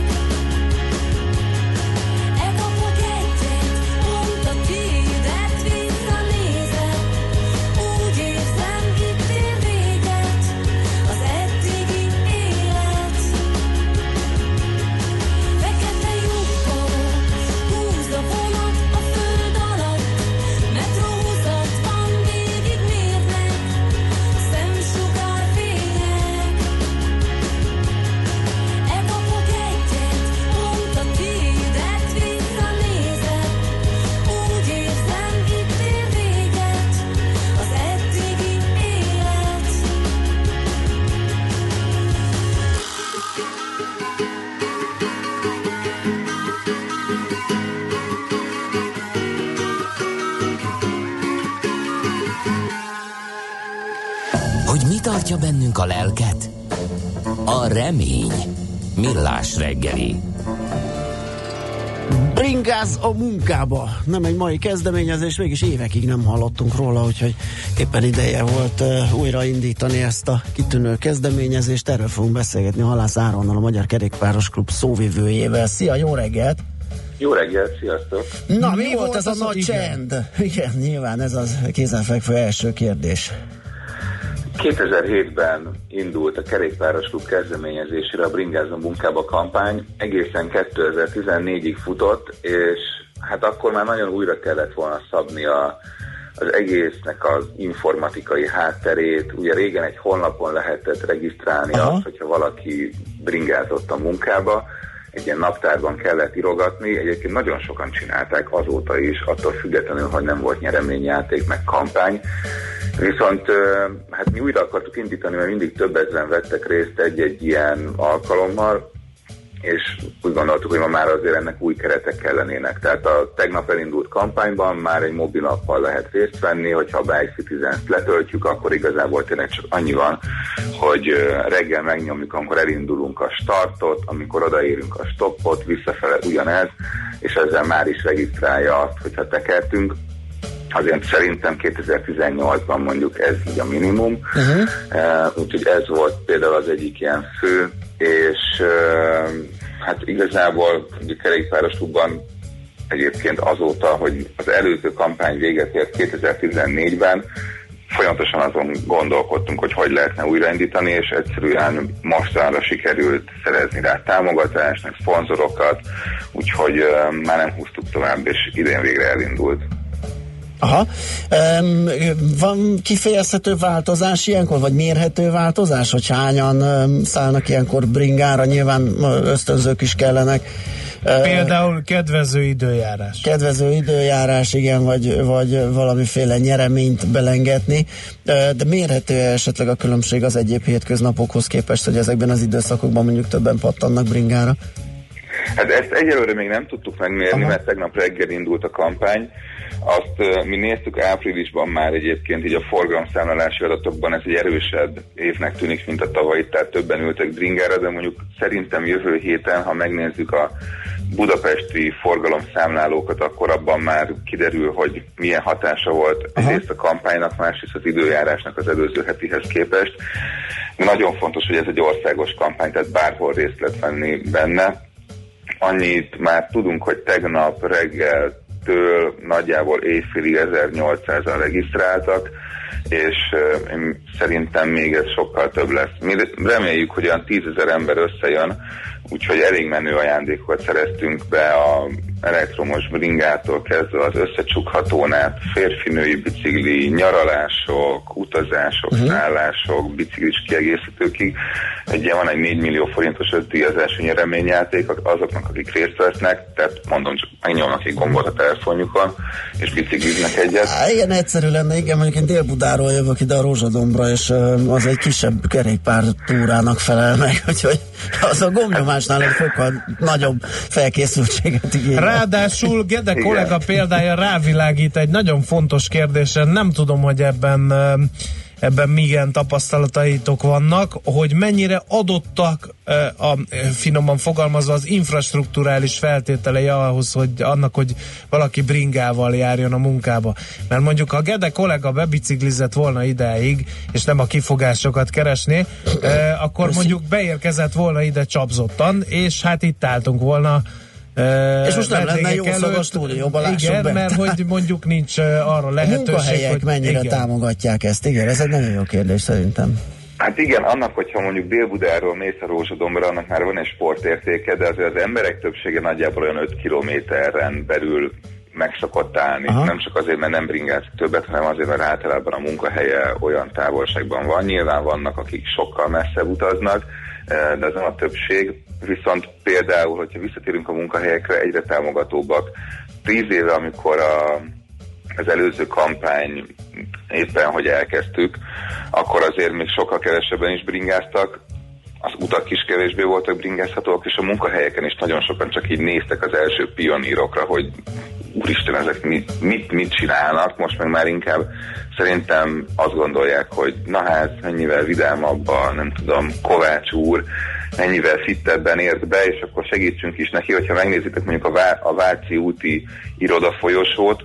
elkapok egyet, pont a tiédet visszanézek, úgy érzem, itt ér véget az eddigi élet. Fekete lyukbarok, húz a vonat a föld alatt, metrózat van végig mérnek, szemsugárfények, elkapok egyet, pont a tiédet visszanézek, úgy érzem, itt ér véget az eddigi élet. Hogy mi tartja bennünk a lelket? A remény. Millás reggeli. Bringáz a munkába. Nem egy mai kezdeményezés, mégis évekig nem hallottunk róla, úgyhogy éppen ideje volt uh, újraindítani ezt a kitűnő kezdeményezést. Erről fogunk beszélgetni Halász Áronnal, a Magyar Kerékpáros Klub szóvivőjével. Szia, jó reggelt! Jó reggelt, sziasztok! Na, mi, mi volt ez a, a nagy igen. csend? Igen, nyilván ez az kézenfekvő első kérdés. kétezer-hétben indult a Kerékpáros Klub kezdeményezésére a Bringáz a munkába kampány, egészen kétezer-tizennégyig futott, és hát akkor már nagyon újra kellett volna szabni a, az egésznek az informatikai hátterét. Ugye régen egy honlapon lehetett regisztrálni azt, hogyha valaki bringázott a munkába, egy ilyen naptárban kellett írogatni, egyébként nagyon sokan csinálták azóta is, attól függetlenül, hogy nem volt nyereményjáték, meg kampány. Viszont hát mi újra akartuk indítani, mert mindig több ezren vettek részt egy-egy ilyen alkalommal, és úgy gondoltuk, hogy ma már azért ennek új keretek kellenének. Tehát a tegnap elindult kampányban már egy mobilappal lehet részt venni, hogyha a Bike Citizen-t letöltjük, akkor igazából tényleg csak annyi van, hogy reggel megnyomjuk, amikor elindulunk a startot, amikor odaérünk a stoppot, visszafele ugyanez, és ezzel már is regisztrálja azt, hogyha tekertünk. Azért szerintem kétezer-tizennyolcban mondjuk ez így a minimum. Uh-huh. Uh, úgyhogy ez volt például az egyik ilyen fő, és uh, hát igazából a Kerékpáros Klubban egyébként azóta, hogy az előző kampány véget ért kétezer-tizennégyben, folyamatosan azon gondolkodtunk, hogy hogy lehetne újraindítani, és egyszerűen mostanra sikerült szerezni rá támogatást, meg szponzorokat, úgyhogy uh, már nem húztuk tovább, és idén végre elindult. Aha. Um, van kifejezhető változás ilyenkor, vagy mérhető változás, hogy hányan um, szállnak ilyenkor bringára, nyilván ösztönzők is kellenek. Például kedvező időjárás. Kedvező időjárás, igen, vagy, vagy valamiféle nyereményt belengetni, de mérhető esetleg a különbség az egyéb hétköznapokhoz képest, hogy ezekben az időszakokban mondjuk többen pattannak bringára? Hát ezt egyelőre még nem tudtuk megmérni, aha, mert tegnap reggel indult a kampány. Azt uh, mi néztük áprilisban már egyébként, így a forgalomszámlálási adatokban ez egy erősebb évnek tűnik, mint a tavalyi, tehát többen ültek bringára, de mondjuk szerintem jövő héten, ha megnézzük a budapesti forgalomszámlálókat, akkor abban már kiderül, hogy milyen hatása volt egyrészt a kampánynak, másrészt az időjárásnak az előző hetihez képest. De nagyon fontos, hogy ez egy országos kampány, tehát bárhol részt lehet venni benne. Annyit már tudunk, hogy tegnap reggel től nagyjából éjfélig ezernyolcszázan regisztráltak, és uh, én szerintem még ez sokkal több lesz. Mi reméljük, hogy olyan tízezer ember összejön, úgyhogy elég menő ajándékokat szereztünk be a elektromos bringától kezdve az összecsukhatón át, férfinői bicikli, nyaralások, utazások, uh-huh. szállások, biciklis kiegészítőkig. Egy ilyen van egy négy millió forintos ötdíjazású nyereményjáték azoknak, akik részt vesznek, tehát mondom, csak megnyomnak egy gombot a telefonjukon, és bicikliznek egyet. Há, ilyen egyszerű lenne, igen, mondjuk én Dél-Budáról jövök ide a Rózsadombra, és az egy kisebb kerékpár túrának felel meg, úgyhogy az a gombnyomásnál egy fokkal nagyobb felkészültséget igényel. Ráadásul Gede kollega példája rávilágít egy nagyon fontos kérdésre, nem tudom, hogy ebben ebben milyen tapasztalataitok vannak, hogy mennyire adottak a, finoman fogalmazva az infrastrukturális feltételei ahhoz, hogy annak, hogy valaki bringával járjon a munkába. Mert mondjuk, ha Gede kollega bebiciklizett volna idáig, és nem a kifogásokat keresné, akkor mondjuk beérkezett volna ide csapzottan, és hát itt álltunk volna. Uh, és most nem lenne jó szag a stúdióban, lássuk igen, be. mert hogy mondjuk nincs uh, arra lehetőség, munkahelyek hogy mennyire igen. támogatják ezt, igen, ez egy nagyon jó kérdés szerintem. Hát igen, annak, hogyha mondjuk Dél-Budáról mész a Rózsadombra, annak már van egy sportértéke, de azért az emberek többsége nagyjából olyan öt kilométeren belül meg szokott állni. Aha. Nem csak azért, mert nem bringázik többet, hanem azért, mert általában a munkahelye olyan távolságban van. Nyilván vannak, akik sokkal messzebb utaznak, de ez nem a többség. Viszont például, hogyha visszatérünk a munkahelyekre, egyre támogatóbbak. Tíz éve, amikor a, az előző kampány éppen, hogy elkezdtük, akkor azért még sokkal kevesebben is bringáztak, az utak is kevésbé voltak bringázhatóak, és a munkahelyeken is nagyon sokan csak így néztek az első pionírokra, hogy úristen, ezek mit, mit, mit csinálnak, most meg már inkább szerintem azt gondolják, hogy na hát, mennyivel vidámabban, nem tudom, Kovács úr, mennyivel fittebben ért be, és akkor segítsünk is neki, hogyha megnézitek mondjuk a, Vá- a Váci úti irodafolyosót,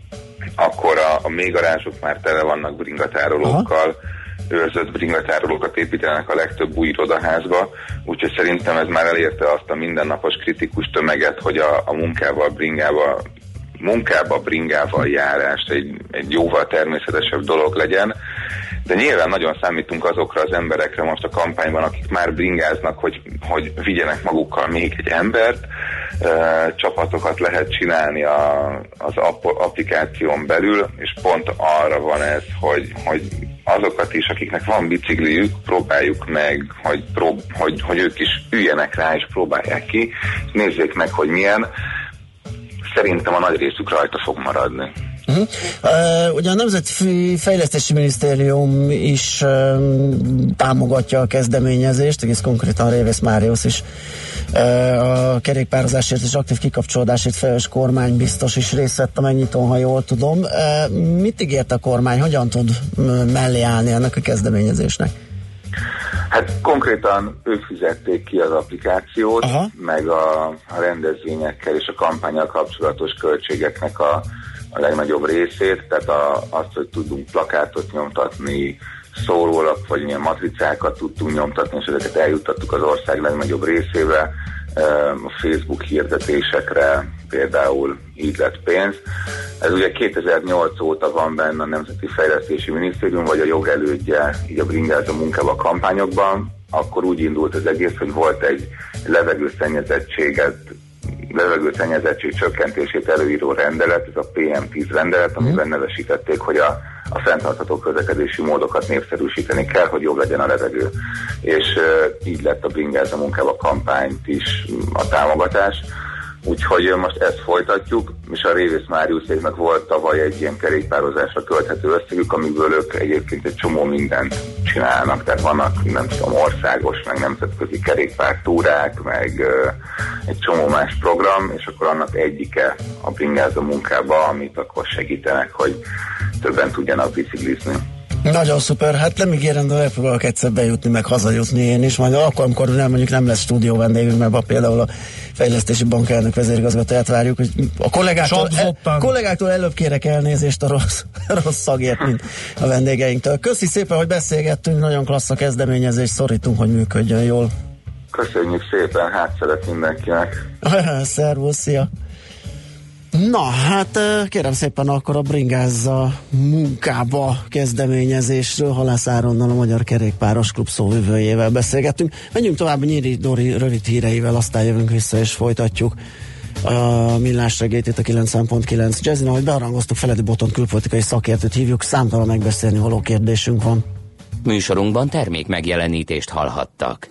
akkor a, a mélygarázsok már tele vannak bringatárolókkal, őrzött bringatárolókat építenek a legtöbb új irodaházba, úgyhogy szerintem ez már elérte azt a mindennapos kritikus tömeget, hogy a, a munkával, bringával, munkába bringával járást egy, egy jóval természetesebb dolog legyen, de nyilván nagyon számítunk azokra az emberekre most a kampányban, akik már bringáznak, hogy, hogy vigyenek magukkal még egy embert, e, csapatokat lehet csinálni a, az app, applikáción belül, és pont arra van ez, hogy, hogy azokat is, akiknek van bicikliük, próbáljuk meg, hogy, prób, hogy, hogy ők is üljenek rá és próbálják ki, nézzék meg, hogy milyen. Szerintem a nagy részük rajta fog maradni. Uh-huh. Uh, ugye a Nemzeti Fejlesztési Minisztérium is uh, támogatja a kezdeményezést, egész konkrétan Révész Máriusz is uh, a kerékpározásért és aktív kikapcsolódásért felelős kormánybiztos is részt vett a megnyitón, ha jól tudom. Uh, mit ígért a kormány, hogyan tud mellé állni ennek a kezdeményezésnek? Hát konkrétan ők fizették ki az applikációt, aha, meg a, a rendezvényekkel és a kampánnyal kapcsolatos költségeknek a, a legnagyobb részét, tehát a, azt, hogy tudunk plakátot nyomtatni, szórólap, vagy ilyen matricákat tudtunk nyomtatni, és ezeket eljuttattuk az ország legnagyobb részébe, a Facebook hirdetésekre például így lett pénz. Ez ugye kétezer-nyolc óta van benne a Nemzeti Fejlesztési Minisztérium, vagy a jogelődje így a bringázó munkában, a kampányokban. Akkor úgy indult az egész, hogy volt egy levegőszennyezettséget, levegőszennyezettség csökkentését előíró rendelet, ez a pé em tíz rendelet, amiben nevesítették, hogy a, a fenntartható közlekedési módokat népszerűsíteni kell, hogy jobb legyen a levegő. És uh, így lett a bringázó munkában a kampányt is a támogatás. Úgyhogy most ezt folytatjuk, és a Révész Máriuszéknak volt tavaly egy ilyen kerékpározásra költhető összegük, amiből ők egyébként egy csomó mindent csinálnak, tehát vannak, nem tudom, országos, meg nemzetközi kerékpártúrák, meg uh, egy csomó más program, és akkor annak egyike a bringázó munkába, amit akkor segítenek, hogy többen tudjanak biciklizni. Nagyon szuper, hát nem ígérem, de megpróbálok egyszer bejutni, meg hazajutni én is, majd akkor, amikor nem, mondjuk nem lesz stúdió vendégünk, mert például a Fejlesztési Bank elnök vezérigazgatóját várjuk, hogy a kollégáktól, el, kollégáktól előbb kérek elnézést a rossz, rossz szagért, mint a vendégeinktől. Köszi szépen, hogy beszélgettünk, nagyon klassz a kezdeményezés, szorítunk, hogy működjön jól. Köszönjük szépen, hát szeret mindenkinek. Szervusz, szia! Na, hát kérem szépen akkor a Bringázza munkába kezdeményezésről Halász Áronnal, a Magyar Kerékpáros Klub szóvivőjével beszélgettünk. Menjünk tovább Nyíri Dóri rövid híreivel, aztán jövünk vissza és folytatjuk a Millás reggelyt itt a kilencven pont kilenc Jazzin, ahogy bearangoztuk, Feledi Botont külpolitikai szakértőt hívjuk, számtalan megbeszélni való kérdésünk van. Műsorunkban termék megjelenítést hallhattak.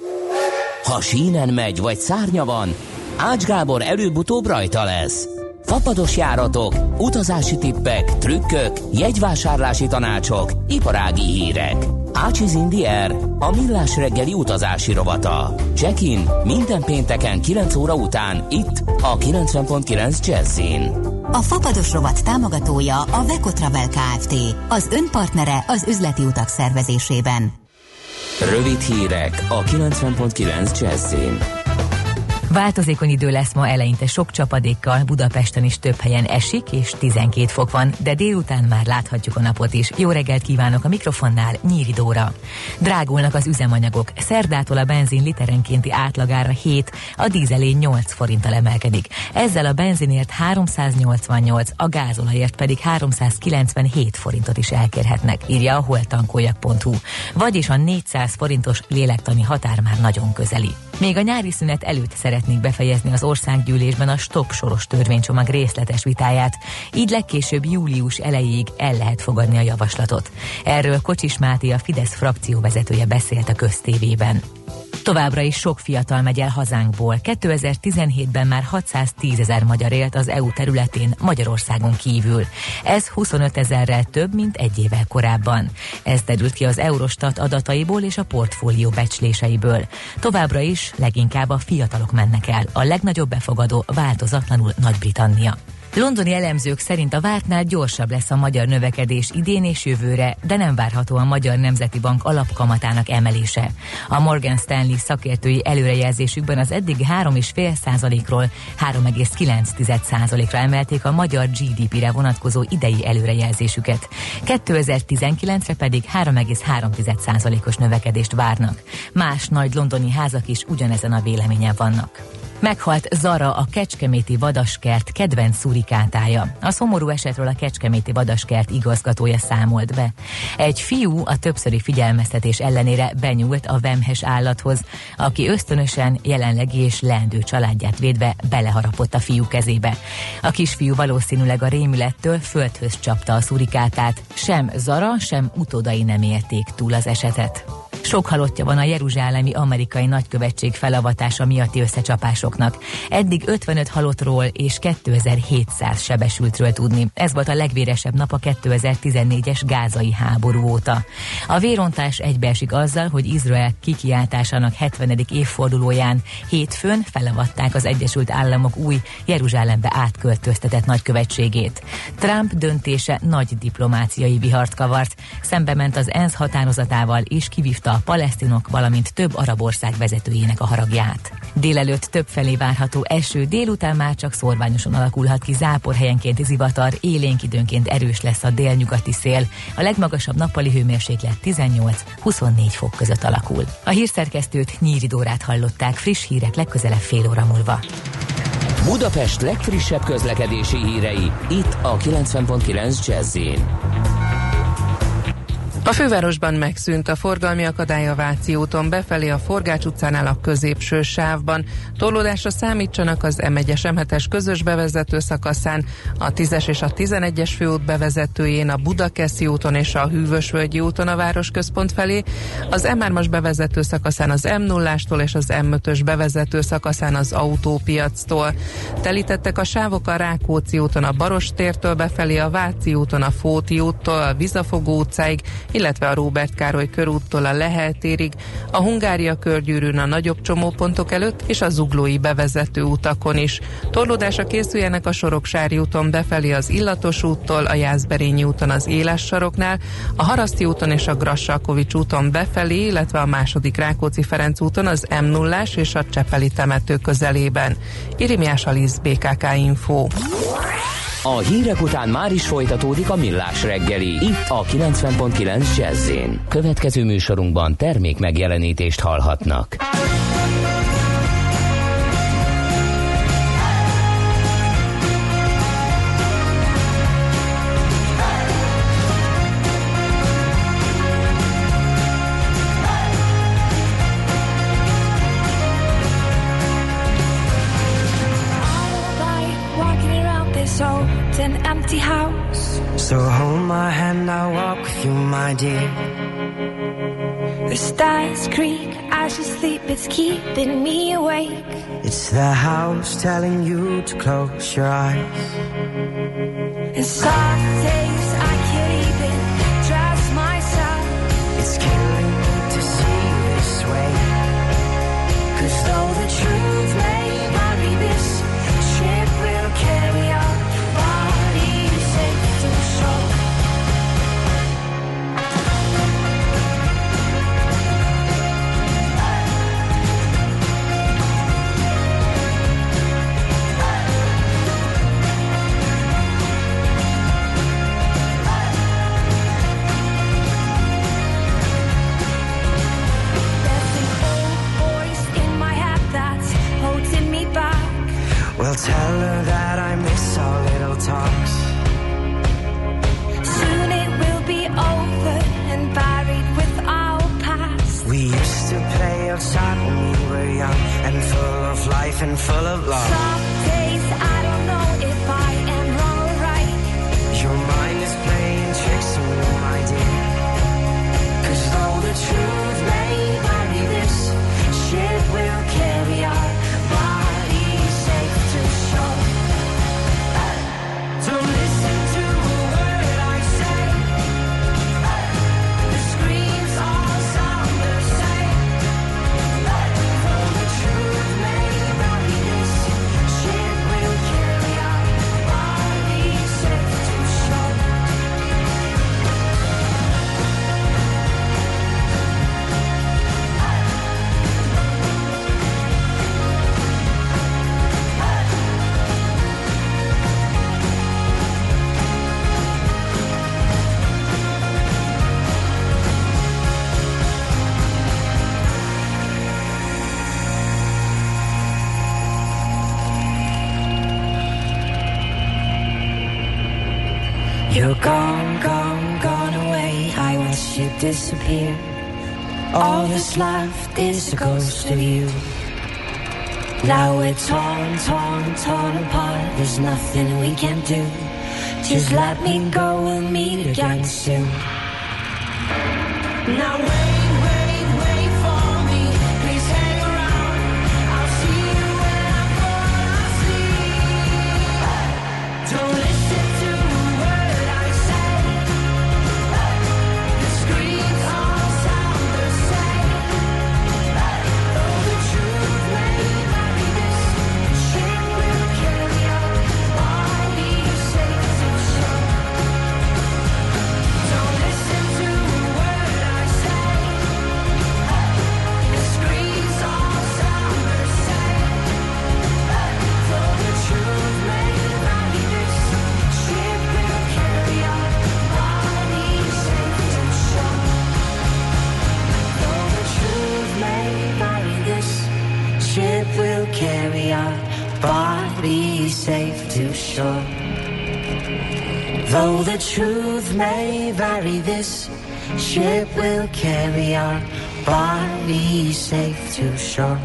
Ha sínen megy, vagy szárnya van, Ács Gábor előbb-utóbb rajta lesz. Fapados járatok, utazási tippek, trükkök, jegyvásárlási tanácsok, iparági hírek. Ácsiz Indiér, a Millás reggeli utazási rovata. Check-in minden pénteken kilenc óra után itt a kilencven pont kilenc Jazzin. A Fapados rovat támogatója a Veco Travel Kft. Az önpartnere az üzleti utak szervezésében. Rövid hírek a kilencven pont kilenc Jazzin. Változékony idő lesz ma, eleinte sok csapadékkal, Budapesten is több helyen esik, és tizenkét fok van, de délután már láthatjuk a napot is. Jó reggelt kívánok, a mikrofonnál Nyíri Dóra. Drágulnak az üzemanyagok. Szerdától a benzin literenkénti átlagára hét, a dízelé nyolc forinttal emelkedik. Ezzel a benzinért háromszáznyolcvannyolc, a gázolajért pedig háromszázkilencvenhét forintot is elkérhetnek, írja a holtankoljak pont hu. Vagyis a négyszáz forintos lélektani határ már nagyon közeli. Még a nyári szünet előtt szeretnék befejezni az országgyűlésben a Stop soros törvénycsomag részletes vitáját, így legkésőbb július elejéig el lehet fogadni a javaslatot. Erről Kocsis Máté, a Fidesz frakcióvezetője beszélt a köztévében. Továbbra is sok fiatal megy el hazánkból. kétezer-tizenhétben már hatszáztízezer magyar élt az é u területén Magyarországon kívül. Ez huszonöt ezerrel több, mint egy évvel korábban. Ez derült ki az Eurostat adataiból és a portfólió becsléseiből. Továbbra is leginkább a fiatalok mennek el. A legnagyobb befogadó változatlanul Nagy-Britannia. Londoni elemzők szerint a vártnál gyorsabb lesz a magyar növekedés idén és jövőre, de nem várható a Magyar Nemzeti Bank alapkamatának emelése. A Morgan Stanley szakértői előrejelzésükben az eddig három egész öt százalékról három egész kilenc százalékra emelték a magyar gé dé pére vonatkozó idei előrejelzésüket. kétezer-tizenkilencre pedig három egész három százalékos növekedést várnak. Más nagy londoni házak is ugyanezen a véleményen vannak. Meghalt Zara, a kecskeméti vadaskert kedvenc szurikátája. A szomorú esetről a kecskeméti vadaskert igazgatója számolt be. Egy fiú a többszöri figyelmeztetés ellenére benyúlt a vemhes állathoz, aki ösztönösen jelenlegi és leendő családját védve beleharapott a fiú kezébe. A kisfiú valószínűleg a rémülettől földhöz csapta a szurikátát. Sem Zara, sem utódai nem élték túl az esetet. Sok halottja van a jeruzsálemi amerikai nagykövetség felavatása miatti összecsapásoknak. Eddig ötvenöt halottról és kétezer-hétszáz sebesültről tudni. Ez volt a legvéresebb nap a kétezer-tizennégyes gázai háború óta. A vérontás egybeesik azzal, hogy Izrael kikiáltásának hetvenedik évfordulóján hétfőn felavatták az Egyesült Államok új Jeruzsálembe átköltöztetett nagykövetségét. Trump döntése nagy diplomáciai vihart kavart, szembe ment az ENSZ határozatával és kivívta a palesztinok, valamint több arab ország vezetőjének a haragját. Délelőtt többfelé várható eső, délután már csak szórványosan alakulhat ki záporhelyenként zivatar, élénk időnként erős lesz a délnyugati szél. A legmagasabb nappali hőmérséklet tizennyolc-huszonnégy fok között alakul. A hírszerkesztőt, Nyíri Dórát hallották, friss hírek legközelebb fél óra múlva. Budapest legfrissebb közlekedési hírei, itt a kilencven pont kilenc Jazz-in. A fővárosban megszűnt a forgalmi akadály a Váci úton befelé a Forgács utcánál a középső sávban. Torlódásra számítsanak az em egyes em hetes közös bevezető szakaszán, a tízes és a tizenegyes főút bevezetőjén, a Budakeszi úton és a Hűvösvölgyi úton a városközpont felé, az em hármas bevezető szakaszán az em nullástól és az em ötös bevezető szakaszán az autópiactól. Telítettek a sávok a Rákóczi úton a Barostértől befelé, a Váci úton a Fóti úttól a Vizafogó utcáig, illetve a Róbert Károly körúttól a Lehel térig, a Hungária körgyűrűn a nagyobb csomópontok előtt és a zuglói bevezető utakon is. Torlódásra készüljenek a Soroksári úton befelé az Illatos úttól, a Jászberényi úton az Éles saroknál, a Haraszti úton és a Grassalkovics úton befelé, illetve a második Rákóczi-Ferenc úton az em nullás és a Csepeli temető közelében. Irimiás Alisz, bé ká ká Info. A hírek után már is folytatódik a Millás reggeli, itt a kilencven pont kilenc Jazz-in. Következő műsorunkban termék megjelenítést hallhatnak. an empty house. So hold my hand, I'll walk with you, my dear. The stars creak as you sleep, it's keeping me awake. It's the house telling you to close your eyes. And some days I can't even trust myself. It's killing me to see you this way. 'Cause though the truth may vary, this ship will carry our bodies safe to shore. Well, tell her that I miss our little talks. Soon it will be over and buried with our past. We used to play outside when we were young and full of life and full of love. Some days I don't know if I am wrong or right. Your mind is playing tricks on you, my dear. 'Cause though the truth may vary, this ship will carry our bodies safe to shore. Don't listen to a word I say. The screams all sound the same. Though the truth may vary, this ship will carry our bodies safe to shore. You're gone, gone, gone away. I watched you disappear. All that's left is a ghost of you. Now we're torn, torn, torn apart. There's nothing we can do. Just let me go, we'll meet again soon. Now wait, wait, wait for me. Please hang around. I'll see you when I fall asleep. Don't listen to a word I say. The screams all sound the same. Though the truth may vary, this ship will carry our bodies safe to shore. Don't listen to a word I say. The screams all sound the same. Though the truth may vary, this ship will carry our bodies safe to shore. Though the truth may vary, this ship will carry our bodies safe to shore. Though the truth may vary, this ship will carry our bodies safe to shore.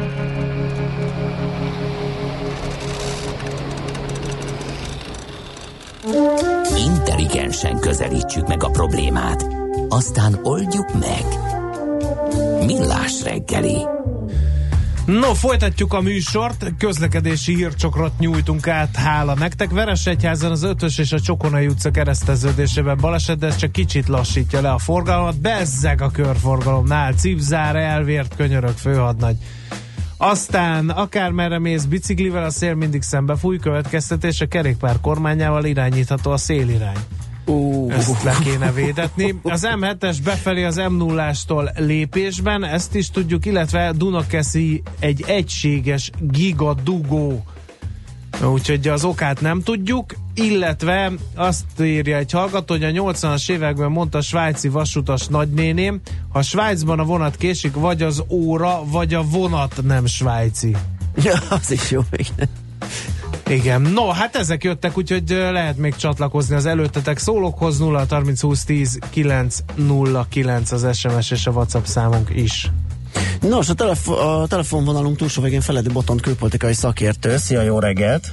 Intelligensen közelítsük meg a problémát, aztán oldjuk meg. Millás reggeli. No, folytatjuk a műsort, közlekedési hírcsokrot nyújtunk át, hála nektek. Veresegyházon az Ötös és a Csokonai utca kereszteződésében baleset, de ez csak kicsit lassítja le a forgalmat. Bezzeg a körforgalomnál, Cipzár, elvért, könyörög, főhadnagy. Aztán akármerre mész biciklivel, a szél mindig szembe fúj, következtetés, a kerékpár kormányával irányítható a szélirány. Uh. Ezt le kéne védetni. Az em hetes befelé az em nullástól lépésben, ezt is tudjuk, illetve Dunakeszi egy egységes gigadugó. Úgyhogy az okát nem tudjuk, illetve azt írja egy hallgató, hogy a nyolcvanas években mondta a svájci vasutas nagynéném, ha Svájcban a vonat késik, vagy az óra, vagy a vonat nem svájci. Ja, az is jó, igen. Igen, no, hát ezek jöttek, úgyhogy lehet még csatlakozni az előttetek szólókhoz. Nulla harminc húsz tíz kilenc nulla kilenc az es em es és a WhatsApp számunk is. Nos, a, telefo- a telefonvonalunk túlsó végén Feledi Botont külpolitikai szakértő. Szia, jó reggelt!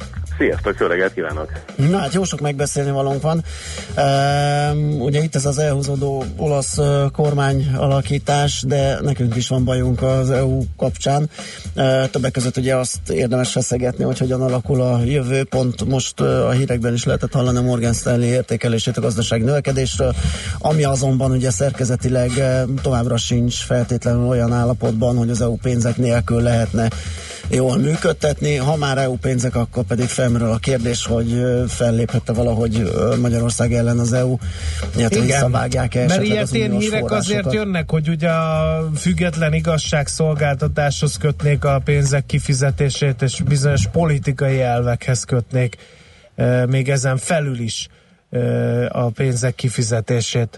Sziasztok, jó reggelt kívánok! Na hát jó sok megbeszélni valónk van. E, ugye itt ez az elhúzódó olasz kormány alakítás, de nekünk is van bajunk az é u kapcsán. E, többek között ugye azt érdemes feszegetni, hogy hogyan alakul a jövő. Pont most a hírekben is lehetett hallani a Morgan Stanley értékelését a gazdasági növekedésről, ami azonban ugye szerkezetileg továbbra sincs feltétlenül olyan állapotban, hogy az é u pénzek nélkül lehetne jól működtetni. Ha már é u pénzek, akkor pedig felmerül a kérdés, hogy felléphette valahogy Magyarország ellen az é u, illetve visszavágják-e mert ilyet ilyen hírek forrásokat. Azért jönnek, hogy ugye a független igazságszolgáltatáshoz kötnék a pénzek kifizetését, és bizonyos politikai elvekhez kötnék e, még ezen felül is e, a pénzek kifizetését.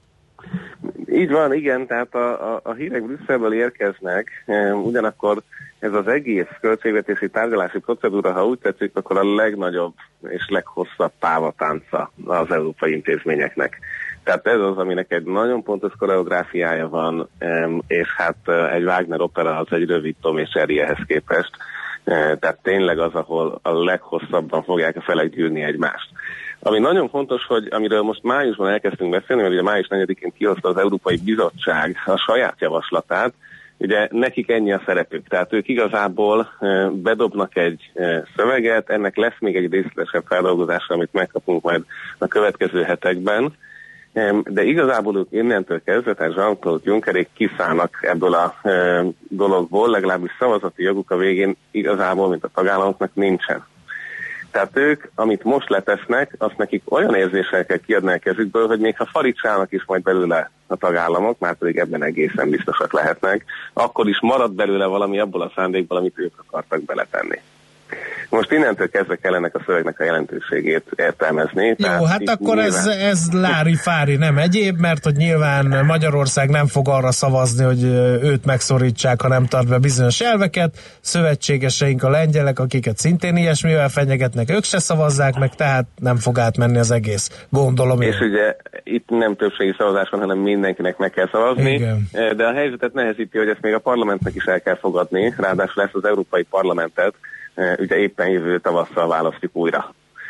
Így van, igen, tehát a, a, a hírek Brüsszelből érkeznek, e, ugyanakkor ez az egész költségvetési tárgyalási procedúra, ha úgy tetszik, akkor a legnagyobb és leghosszabb pávatánca az európai intézményeknek. Tehát ez az, aminek egy nagyon pontos koreográfiája van, és hát egy Wagner opera az egy rövid Tom és Jerry ehhez képest. Tehát tényleg az, ahol a leghosszabban fogják a felek gyűrni egymást. Ami nagyon fontos, hogy amiről most májusban elkezdtünk beszélni, mert ugye május negyedikén kihozta az Európai Bizottság a saját javaslatát, ugye nekik ennyi a szerepük, tehát ők igazából e, bedobnak egy e, szöveget, ennek lesz még egy részletesebb feldolgozása, amit megkapunk majd a következő hetekben, e, de igazából ők innentől kezdve, tehát Jean-Claude Junckerék kiszállnak ebből a e, dologból, legalábbis szavazati joguk a végén igazából, mint a tagállamoknak nincsen. Tehát ők, amit most letesznek, azt nekik olyan érzéssel kell kiadni a kezükből, hogy még ha farigcsálnak is majd belőle a tagállamok, már pedig ebben egészen biztosak lehetnek, akkor is marad belőle valami abból a szándékból, amit ők akartak beletenni. Most innentől kezdve kell ennek a szövegnek a jelentőségét értelmezni. Jó, tehát hát akkor nyilván... ez, ez lári-fári, nem egyéb, mert hogy nyilván Magyarország nem fog arra szavazni, hogy őt megszorítsák, ha nem tart be bizonyos elveket. Szövetségeseink a lengyelek, akiket szintén ilyesmivel fenyegetnek, ők se szavazzák meg, tehát nem fog átmenni az egész, gondolom én. És ugye itt nem többségi szavazás van, hanem mindenkinek meg kell szavazni. Igen. De a helyzetet nehezíti, hogy ezt még a parlamentnek is el kell fogadni, ráadásul ezt az Európai Parlamentet ugye éppen jövő tavasszal választjuk újra.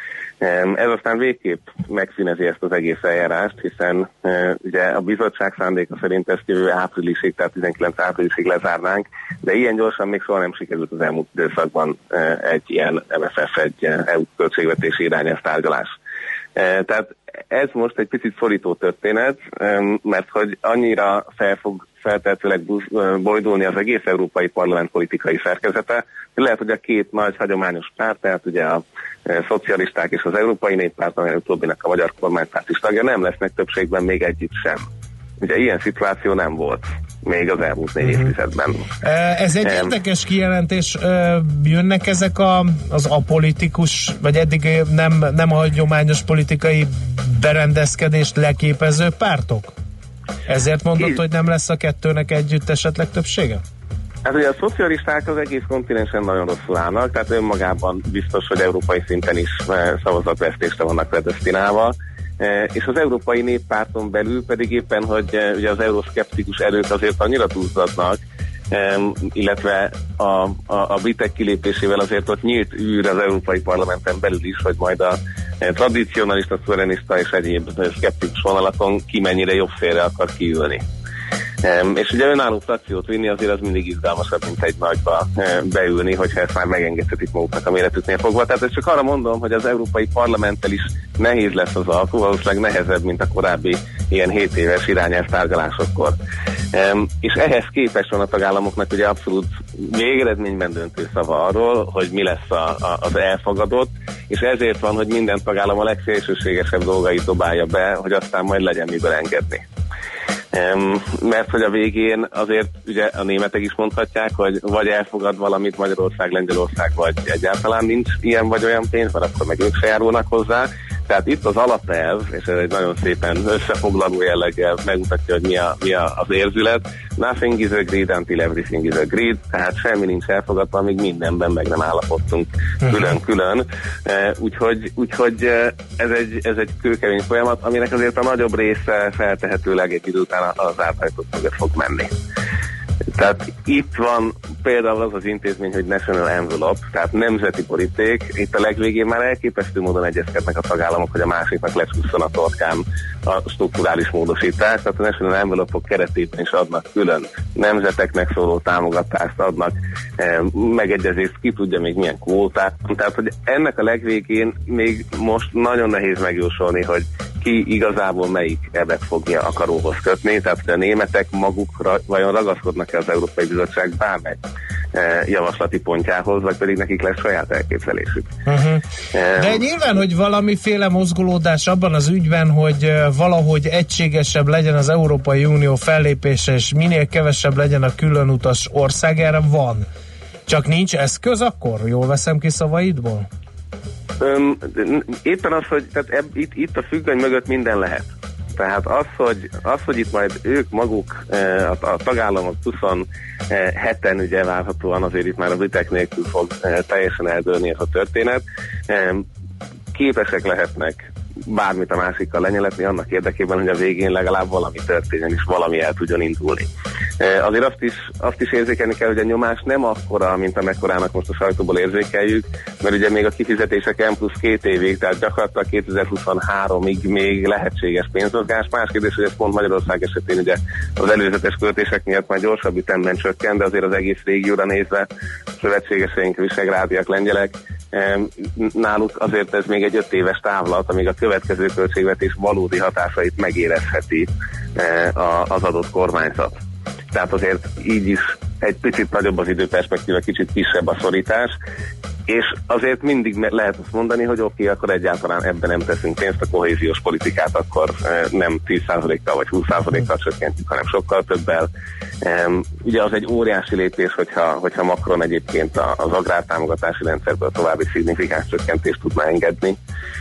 Ez aztán végképp megszínezi ezt az egész eljárást, hiszen ugye a bizottság szándéka szerint ezt jövő áprilisig, tehát tizenkilenc áprilisig lezárnánk, de ilyen gyorsan még soha nem sikerült az elmúlt időszakban egy ilyen em ef ef, egy é u költségvetési irányelv tárgyalás. Tehát ez most egy picit szorító történet, mert hogy annyira fel fog feltehetőleg bojdulni az egész Európai Parlament politikai szerkezete, hogy lehet, hogy a két nagy hagyományos párt, tehát ugye a szocialisták és az Európai Néppárt, amely utóbbinek a magyar kormánypárt is tagja, nem lesznek többségben még együtt sem. Ugye ilyen szituáció nem volt még az elmúlt négy uh-huh. évtizedben. Ez egy um, érdekes kijelentés. Jönnek ezek a, az apolitikus, vagy eddig nem, nem a hagyományos politikai berendezkedést leképező pártok? Ezért mondod, Így. hogy nem lesz a kettőnek együtt esetleg többsége? Hát ugye a szocialisták az egész kontinensen nagyon rosszul állnak, tehát önmagában biztos, hogy európai szinten is szavazatvesztésre vannak predesztinálva, és az Európai Néppárton belül pedig éppen, hogy ugye az euroszkeptikus erők azért annyira túlzadnak, illetve a, a, a britek kilépésével azért ott nyílt űr az Európai Parlamenten belül is, hogy majd a tradicionalista, szuverenista és egyéb szkeptikus vonalakon ki mennyire jobb félre akar kiülni. Um, és ugye önálló frakciót vinni azért az mindig izgalmasabb, mint egy nagyba um, beülni, hogyha ezt már megengedhetik maguknak a méretüknél fogva. Tehát ezt csak arra mondom, hogy az Európai Parlamenttel is nehéz lesz az alkú, valószínűleg nehezebb, mint a korábbi ilyen hét éves irányelv tárgyalásokkor. Um, és ehhez képest van a tagállamoknak ugye abszolút végeredményben döntő szava arról, hogy mi lesz a, a, az elfogadott, és ezért van, hogy minden tagállam a legszélsőségesebb dolgait dobálja be, hogy aztán majd legyen miből engedni. Um, mert hogy a végén azért ugye a németek is mondhatják, hogy vagy elfogad valamit Magyarország, Lengyelország, vagy egyáltalán nincs ilyen vagy olyan pénz, mert akkor meg ők se járulnak hozzá. Tehát itt az alapelv, és ez egy nagyon szépen összefoglaló jelleggel megmutatja, hogy mi, a, mi a, az érzület. Nothing is agreed until everything is agreed, tehát semmi nincs elfogadva, amíg mindenben meg nem állapodtunk külön-külön. Úgyhogy, úgyhogy ez egy, ez egy kőkemény folyamat, aminek azért a nagyobb része feltehetőleg egy idő után az áthajtott mögött fog menni. Tehát itt van például az az intézmény, hogy National Envelope, tehát nemzeti boríték. Itt a legvégén már elképesztő módon egyezkednek a tagállamok, hogy a másiknak lecsúszson a torkán a strukturális módosítás. Tehát a National Envelope-ok keretében is adnak külön nemzeteknek szóló támogatást, adnak eh, megegyezést, ki tudja még milyen kvótát. Tehát, hogy ennek a legvégén még most nagyon nehéz megjósolni, hogy ki igazából melyik ebet fogja a karóhoz kötni, tehát hogy a németek magukra vajon ragaszkodnak-e az Európai Bizottság bármely e, javaslati pontjához, vagy pedig nekik lesz saját elképzelésük. Uh-huh. De nyilván, hogy valamiféle mozgolódás abban az ügyben, hogy valahogy egységesebb legyen az Európai Unió fellépése, és minél kevesebb legyen a különutas ország, erre van. Csak nincs eszköz akkor? Jól veszem ki szavaidból? Öm, éppen az, hogy tehát eb, itt, itt a függöny mögött minden lehet. Tehát az, hogy, az, hogy itt majd ők maguk, a, a tagállamok huszonheten ugye várhatóan, azért itt már a britek nélkül fog teljesen eldőlni ez a történet, képesek lehetnek bármit a másikkal lenyeletni annak érdekében, hogy a végén legalább valami történjen, és valami el tudjon indulni. E, azért azt is, azt is érzékelni kell, hogy a nyomás nem akkora, mint amekkorának most a sajtóból érzékeljük, mert ugye még a kifizetések M plusz két évig, tehát gyakorlatilag kétezer-huszonháromig még lehetséges pénzmozgás. Más kérdés, hogy ez pont Magyarország esetén ugye az előzetes költések miatt már gyorsabb ütemben csökken, de azért az egész régióra nézve szövetségeseink, visegrádiak, lengyelek, náluk azért ez még egy öt éves távlat, amíg a következő költségvetés valódi hatásait megérezheti az adott kormányzat. Tehát azért így is egy picit nagyobb az időperspektíva, kicsit kisebb a szorítás, és azért mindig lehet azt mondani, hogy oké, okay, akkor egyáltalán ebben nem teszünk pénzt, a kohéziós politikát akkor nem tíz százalékkal vagy húsz százalékkal csökkentjük, hanem sokkal többel. Ugye az egy óriási lépés, hogyha, hogyha Macron egyébként az agrártámogatási rendszerből további szignifikáns csökkentést tudna engedni,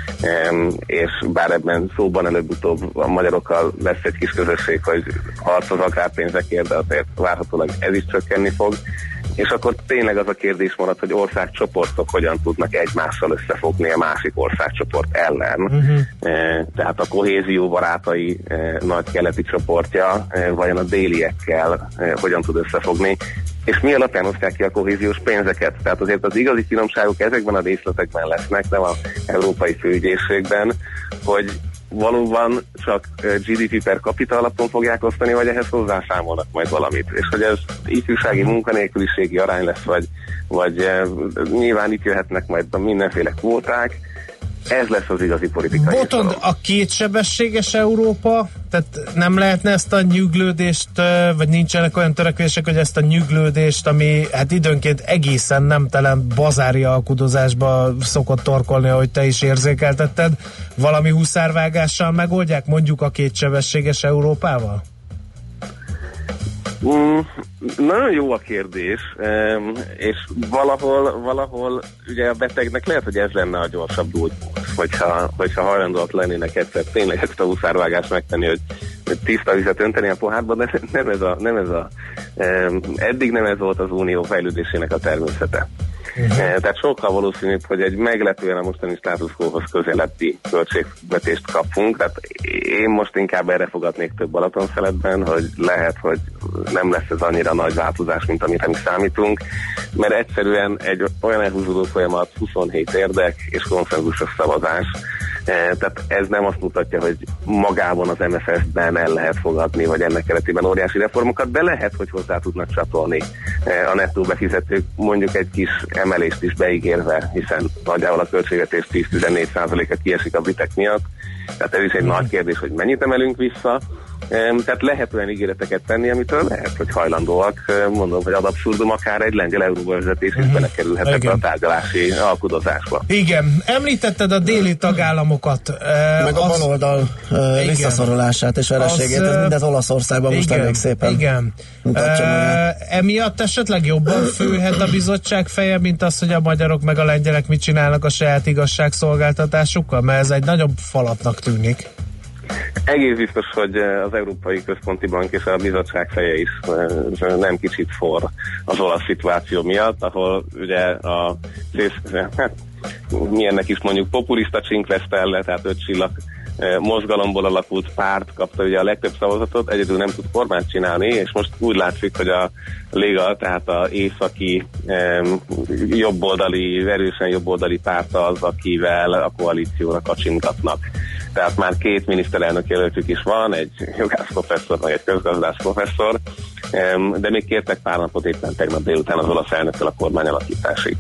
és bár ebben szóban előbb-utóbb a magyarokkal lesz egy kis közösség, hogy harc az agrárpénzekért, de azért várhatólag ez is csökkenni fog. És akkor tényleg az a kérdés marad, hogy országcsoportok hogyan tudnak egymással összefogni a másik országcsoport ellen. Uh-huh. E, tehát a kohézió barátai e, nagy keleti csoportja, e, vajon a déliekkel e, hogyan tud összefogni, és mi alapján osztják ki a kohéziós pénzeket. Tehát azért az igazi finomságok ezekben a részletekben lesznek, nem az európai főügyészségben, hogy valóban csak gé dé pé per capita alapon fogják osztani, vagy ehhez hozzászámolnak majd valamit. És hogy ez ifjúsági munkanélküliségi arány lesz, vagy, vagy eh, nyilván itt jöhetnek majd mindenféle kvóták, ez lesz az igazi politikai. Botond, a kétsebességes Európa, tehát nem lehetne ezt a nyüglődést, vagy nincsenek olyan törekvések, hogy ezt a nyüglődést, ami hát időnként egészen nemtelen bazári alkudozásba szokott torkolni, ahogy te is érzékeltetted, valami huszárvágással megoldják, mondjuk a kétsebességes Európával? Mm, nagyon jó a kérdés, és valahol, valahol ugye a betegnek lehet, hogy ez lenne a gyorsabb gyógymód, hogyha, hogyha hajlandóak lennének egyszer tényleg ezt a huszárvágást megtenni, hogy tiszta vizet önteni a pohárba, de nem ez a, nem ez a eddig nem ez volt az unió fejlődésének a természete. Uh-huh. Tehát sokkal valószínűbb, hogy egy meglepően a mostani status quo-hoz közelebbi költségvetést kapunk, tehát én most inkább erre fogadnék több Balaton-szeletben, hogy lehet, hogy nem lesz ez annyira nagy változás, mint amire mi számítunk, mert egyszerűen egy olyan elhúzódó folyamat, huszonhét érdek és konszenzusos szavazás, tehát ez nem azt mutatja, hogy magában az em ef es-ben el lehet fogadni, vagy ennek keretében óriási reformokat, de lehet, hogy hozzá tudnak csatolni a nettó befizetők, mondjuk egy kis emelést is beígérve, hiszen nagyjából a költségvetés tíz-tizennégy százaléka kiesik a britek miatt, tehát ez is egy nagy kérdés, hogy mennyit emelünk vissza. Tehát lehet olyan ígéreteket tenni, amitől lehet, hogy hajlandóak, mondom, hogy ad abszurdum, akár egy lengyel euróvezetés is uh-huh. belekerülhet ebbe a tárgyalási alkudozásba. Igen, említetted a déli tagállamokat. Meg a baloldal uh, visszaszorulását és vereségét, ez mindez Olaszországban most elég szépen igen. mutatja magát. Uh, emiatt esetleg jobban főhet a bizottság feje, mint az, hogy a magyarok meg a lengyelek mit csinálnak a saját igazságszolgáltatásukkal, mert ez egy nagyobb falatnak tűnik. Egész biztos, hogy az Európai Központi Bank és a bizottság feje is nem kicsit forr az olasz szituáció miatt, ahol ugye a hát, milyennek is mondjuk populista Cinque Stelle, tehát öt csillag mozgalomból alakult párt kapta ugye a legtöbb szavazatot, egyedül nem tud kormányt csinálni, és most úgy látszik, hogy a Liga, tehát a északi jobboldali, erősen jobboldali párt az, akivel a koalícióra kacsingatnak. Tehát már két miniszterelnök jelöltük is van, egy jogász professzor, meg egy közgazdász professzor, de még kértek pár napot éppen tegnap délután az olasz elnökkel a kormány alakításig.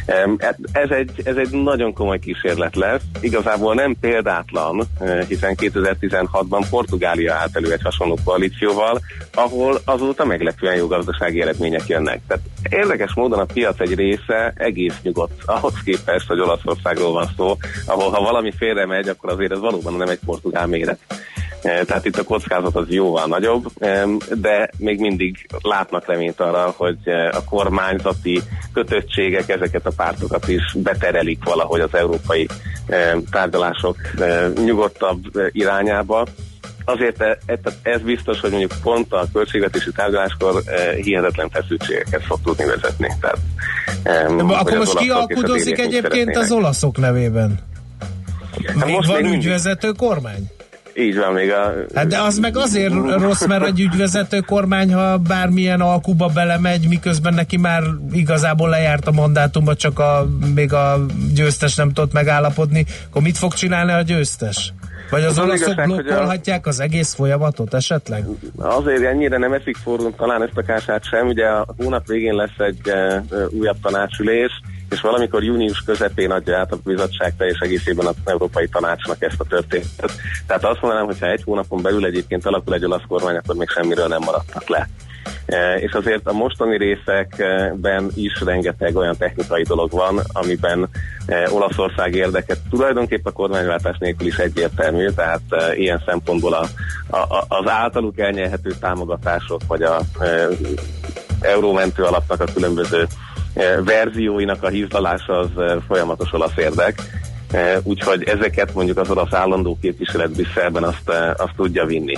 Ez egy, ez egy nagyon komoly kísérlet lesz, igazából nem példátlan, hiszen kétezer-tizenhatban Portugália állt elő egy hasonló koalícióval, ahol azóta meglepően jó gazdasági eredmények jönnek. Tehát érdekes módon a piac egy része egész nyugodt, ahhoz képest, hogy Olaszországról van szó, ahol ha valami félre megy, akkor azért ez valóban nem egy portugál méret. Tehát itt a kockázat az jóval nagyobb, de még mindig látnak reményt arra, hogy a kormányzati kötöttségek ezeket a pártokat is beterelik valahogy az európai tárgyalások nyugodtabb irányába. Azért ez biztos, hogy mondjuk pont a költségvetési tárgyaláskor hihetetlen feszültségeket fog tudni vezetni. Tehát, akkor most ki alkudozik egyébként az olaszok nevében? Hát még van ügyvezető kormány? Így van még a... Hát de az meg azért rossz, mert egy ügyvezető kormány, ha bármilyen alkuba belemegy, miközben neki már igazából lejárt a mandátuma, csak a, még a győztes nem tudott megállapodni, akkor mit fog csinálni a győztes? Vagy az, az olaszok blokkolhatják a... az egész folyamatot esetleg? Azért ennyire nem eszik forrón talán ezt a kását sem, ugye a hónap végén lesz egy uh, újabb tanácsülés, és valamikor június közepén adja át a bizottság teljes egészében az Európai Tanácsnak ezt a történetet. Tehát azt mondanám, hogy ha egy hónapon belül egyébként alakul egy olasz kormány, akkor még semmiről nem maradtak le. E, és azért a mostani részekben is rengeteg olyan technikai dolog van, amiben e, Olaszország érdeket tulajdonképpen a kormányváltás nélkül is egyértelmű, tehát e, ilyen szempontból a, a, az általuk elnyelhető támogatások, vagy a e, eurómentő alapnak a különböző verzióinak a hízlalása az folyamatos olasz érdek, úgyhogy ezeket mondjuk az olasz állandó képviselet Brüsszelben azt, azt tudja vinni.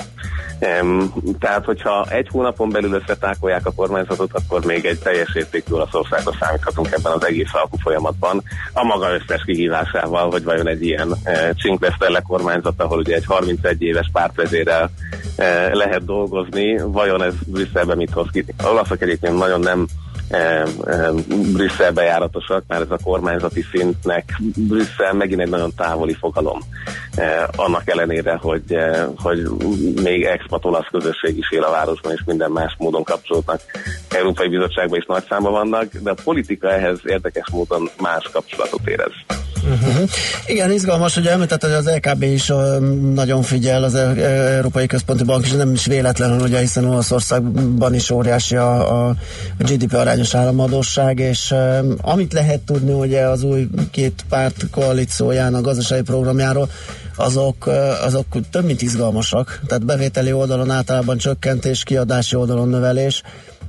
Tehát, hogyha egy hónapon belül összetákolják a kormányzatot, akkor még egy teljes értékű Olaszországra számíthatunk ebben az egész alkú folyamatban, a maga összes kihívásával, hogy vajon egy ilyen Cinque Stelle kormányzat, ahol ugye egy harmincegy éves pártvezérrel lehet dolgozni, vajon ez Brüsszelben mit hoz ki? A olaszok egyébként nagyon nem E, e, Brüsszelbe járatosak, mert ez a kormányzati szintnek Brüsszel megint egy nagyon távoli fogalom. E, annak ellenére, hogy, e, hogy még expat olasz közösség is él a városban, és minden más módon kapcsolódnak. Európai Bizottságban is nagy számban vannak, de a politika ehhez érdekes módon más kapcsolatot érez. Uh-huh. Igen, izgalmas, hogy említett, hogy az é ká bé is uh, nagyon figyel, az Európai Központi Bank is, nem is véletlenül, ugye, hiszen Olaszországban is óriási a, a gé dé pé arányos államadósság, és uh, amit lehet tudni ugye az új két párt koalíciójának gazdasági programjáról, azok, uh, azok több mint izgalmasak, tehát bevételi oldalon általában csökkentés, kiadási oldalon növelés.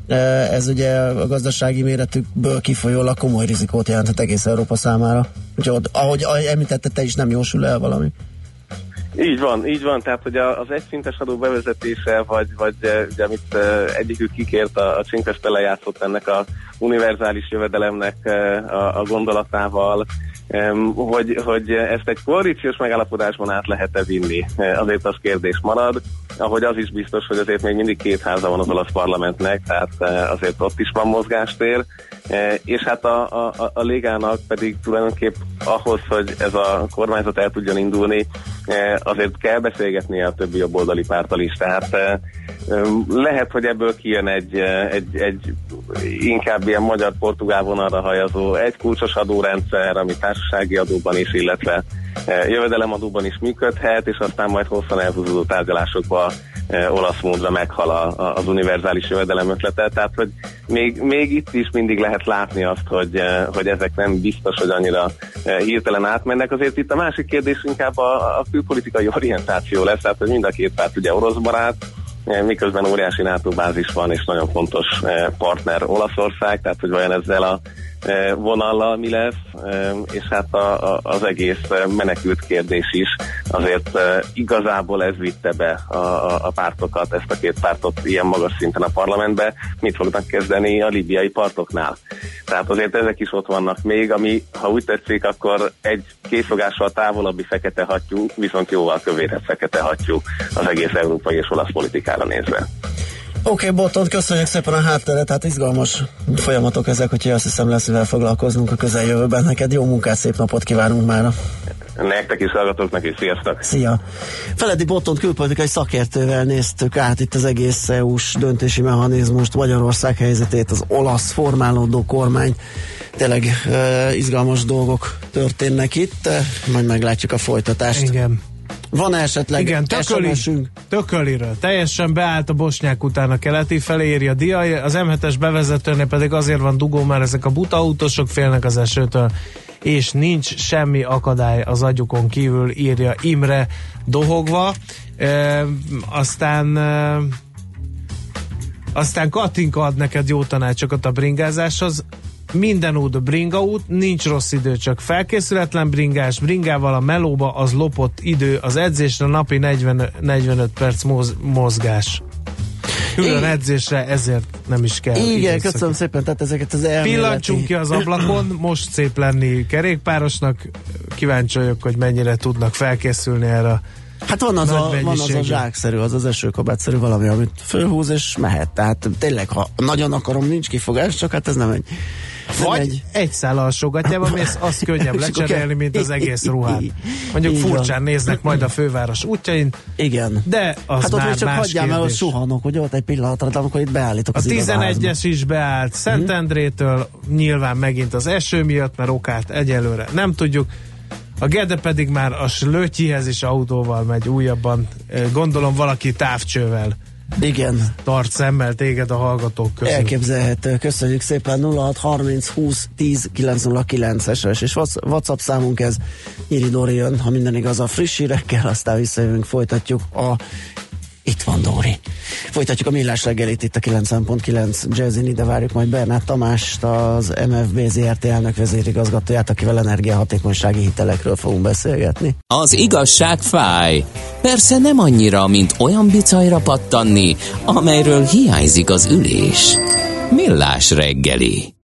Ez ugye a gazdasági méretükből kifolyólag komoly rizikót jelentett egész Európa számára. Úgyhogy ahogy említette, te is nem jósul el valami. Így van, így van, tehát hogy az egyszintes adó bevezetése, vagy, vagy ugye, amit egyikük kikért a, a Cinque Stelle játszott ennek a univerzális jövedelemnek a, a gondolatával, hogy, hogy ezt egy koalíciós megállapodásban át lehet-e vinni. Azért az kérdés marad, ahogy az is biztos, hogy azért még mindig két háza van az olasz parlamentnek, tehát azért ott is van mozgástér, és hát a, a, a Ligának pedig tulajdonképp ahhoz, hogy ez a kormányzat el tudjon indulni, azért kell beszélgetnie a többi jobboldali párttal is, tehát lehet, hogy ebből kijön egy, egy, egy inkább ilyen magyar-portugál vonalra hajazó, egy kulcsos adórendszer, ami társasági adóban is, illetve jövedelemadóban is működhet, és aztán majd hosszan elhúzódó tárgyalásokba olasz módra meghal a, a, az univerzális jövedelem ötlete, tehát hogy még, még itt is mindig lehet látni azt, hogy, hogy ezek nem biztos, hogy annyira hirtelen átmennek. Azért itt a másik kérdés inkább a, a külpolitikai orientáció lesz, tehát hogy mind a két párt ugye orosz barát, miközben óriási NATO bázis van, és nagyon fontos partner Olaszország, tehát hogy vajon ezzel a vonallal mi lesz, és hát a, a, az egész menekült kérdés is, azért igazából ez vitte be a, a, a pártokat, ezt a két pártot ilyen magas szinten a parlamentbe, mit fognak kezdeni a libiai partoknál. Tehát azért ezek is ott vannak még, ami, ha úgy tetszik, akkor egy készfogással távolabbi fekete hattyú, viszont jóval kövérebb fekete hattyú az egész európai és olasz politikára nézve. Oké, okay, Botont, köszönjük szépen a hátteret, hát izgalmas folyamatok ezek, úgyhogy azt hiszem lesz, mivel foglalkoznunk a közeljövőben. Neked jó munkát, szép napot kívánunk mára. Nektek is, hallgatóknak is, sziasztok! Szia! Feledi Bottont külpolitikai szakértővel néztük át itt az egész é u-s döntési mechanizmust, Magyarország helyzetét, az olasz formálódó kormány. Tényleg uh, izgalmas dolgok történnek itt, majd meglátjuk a folytatást. Igen. Van esetleg Igen, tököli, tököliről. Teljesen beállt a bosnyák után a keleti felé, éri a Diai, az em hetes bevezetőnél pedig azért van dugó, mert ezek a buta autósok félnek az esőtől, és nincs semmi akadály az agyukon kívül, írja Imre dohogva. E, aztán e, aztán Katinka ad neked jó tanácsokat a bringázáshoz. Minden út bringa út, nincs rossz idő, csak felkészületlen bringás, bringával a melóba az lopott idő, az edzésre napi negyven, negyvenöt perc moz, mozgás. Külön edzésre ezért nem is kell. Igen, időszak. köszönöm szépen, tehát ezeket az elméleti... Pillancsunk ki az ablakon, most szép lenni kerékpárosnak, kíváncsi vagyok, hogy mennyire tudnak felkészülni erre. Hát van az, a, van az a zsákszerű, az az esőkabátszerű valami, amit fölhúz és mehet. Tehát tényleg, ha nagyon akarom, nincs kifogás, csak hát ez nem egy... Vagy egy, egy szál alsógatjában mész, az könnyebb lecserélni, mint az egész ruhát. Mondjuk így furcsán van. Néznek majd a főváros útjain. Igen. De az hát ott már még csak más hagyjál el, hogy suhanok, hogy ott egy pillanatra, amikor itt beállítok az a tizenegyes is beállt Szentendrétől, nyilván megint az eső miatt, mert okát egyelőre nem tudjuk. A Gede pedig már a Slötyihez is autóval megy újabban. Gondolom valaki távcsővel. Igen. Tart szemmel téged a hallgatók közül. Elképzelhető. Köszönjük szépen. Nulla hat harminc húsz tíz kilenc nulla kilenc es es és WhatsApp számunk ez. Nyíri Dóri jön, ha minden igaz, a friss hírekkel, aztán visszajövünk, folytatjuk a Itt van Dóri. Folytatjuk a millás reggelit itt a kilencven pont kilenc Jazzin, ide várjuk majd Bernát Tamást, az em ef bé zé er té elnök vezérigazgatóját, akivel energiahatékonysági hitelekről fogunk beszélgetni. Az igazság fáj. Persze nem annyira, mint olyan bicajra pattanni, amelyről hiányzik az ülés. Millás reggeli.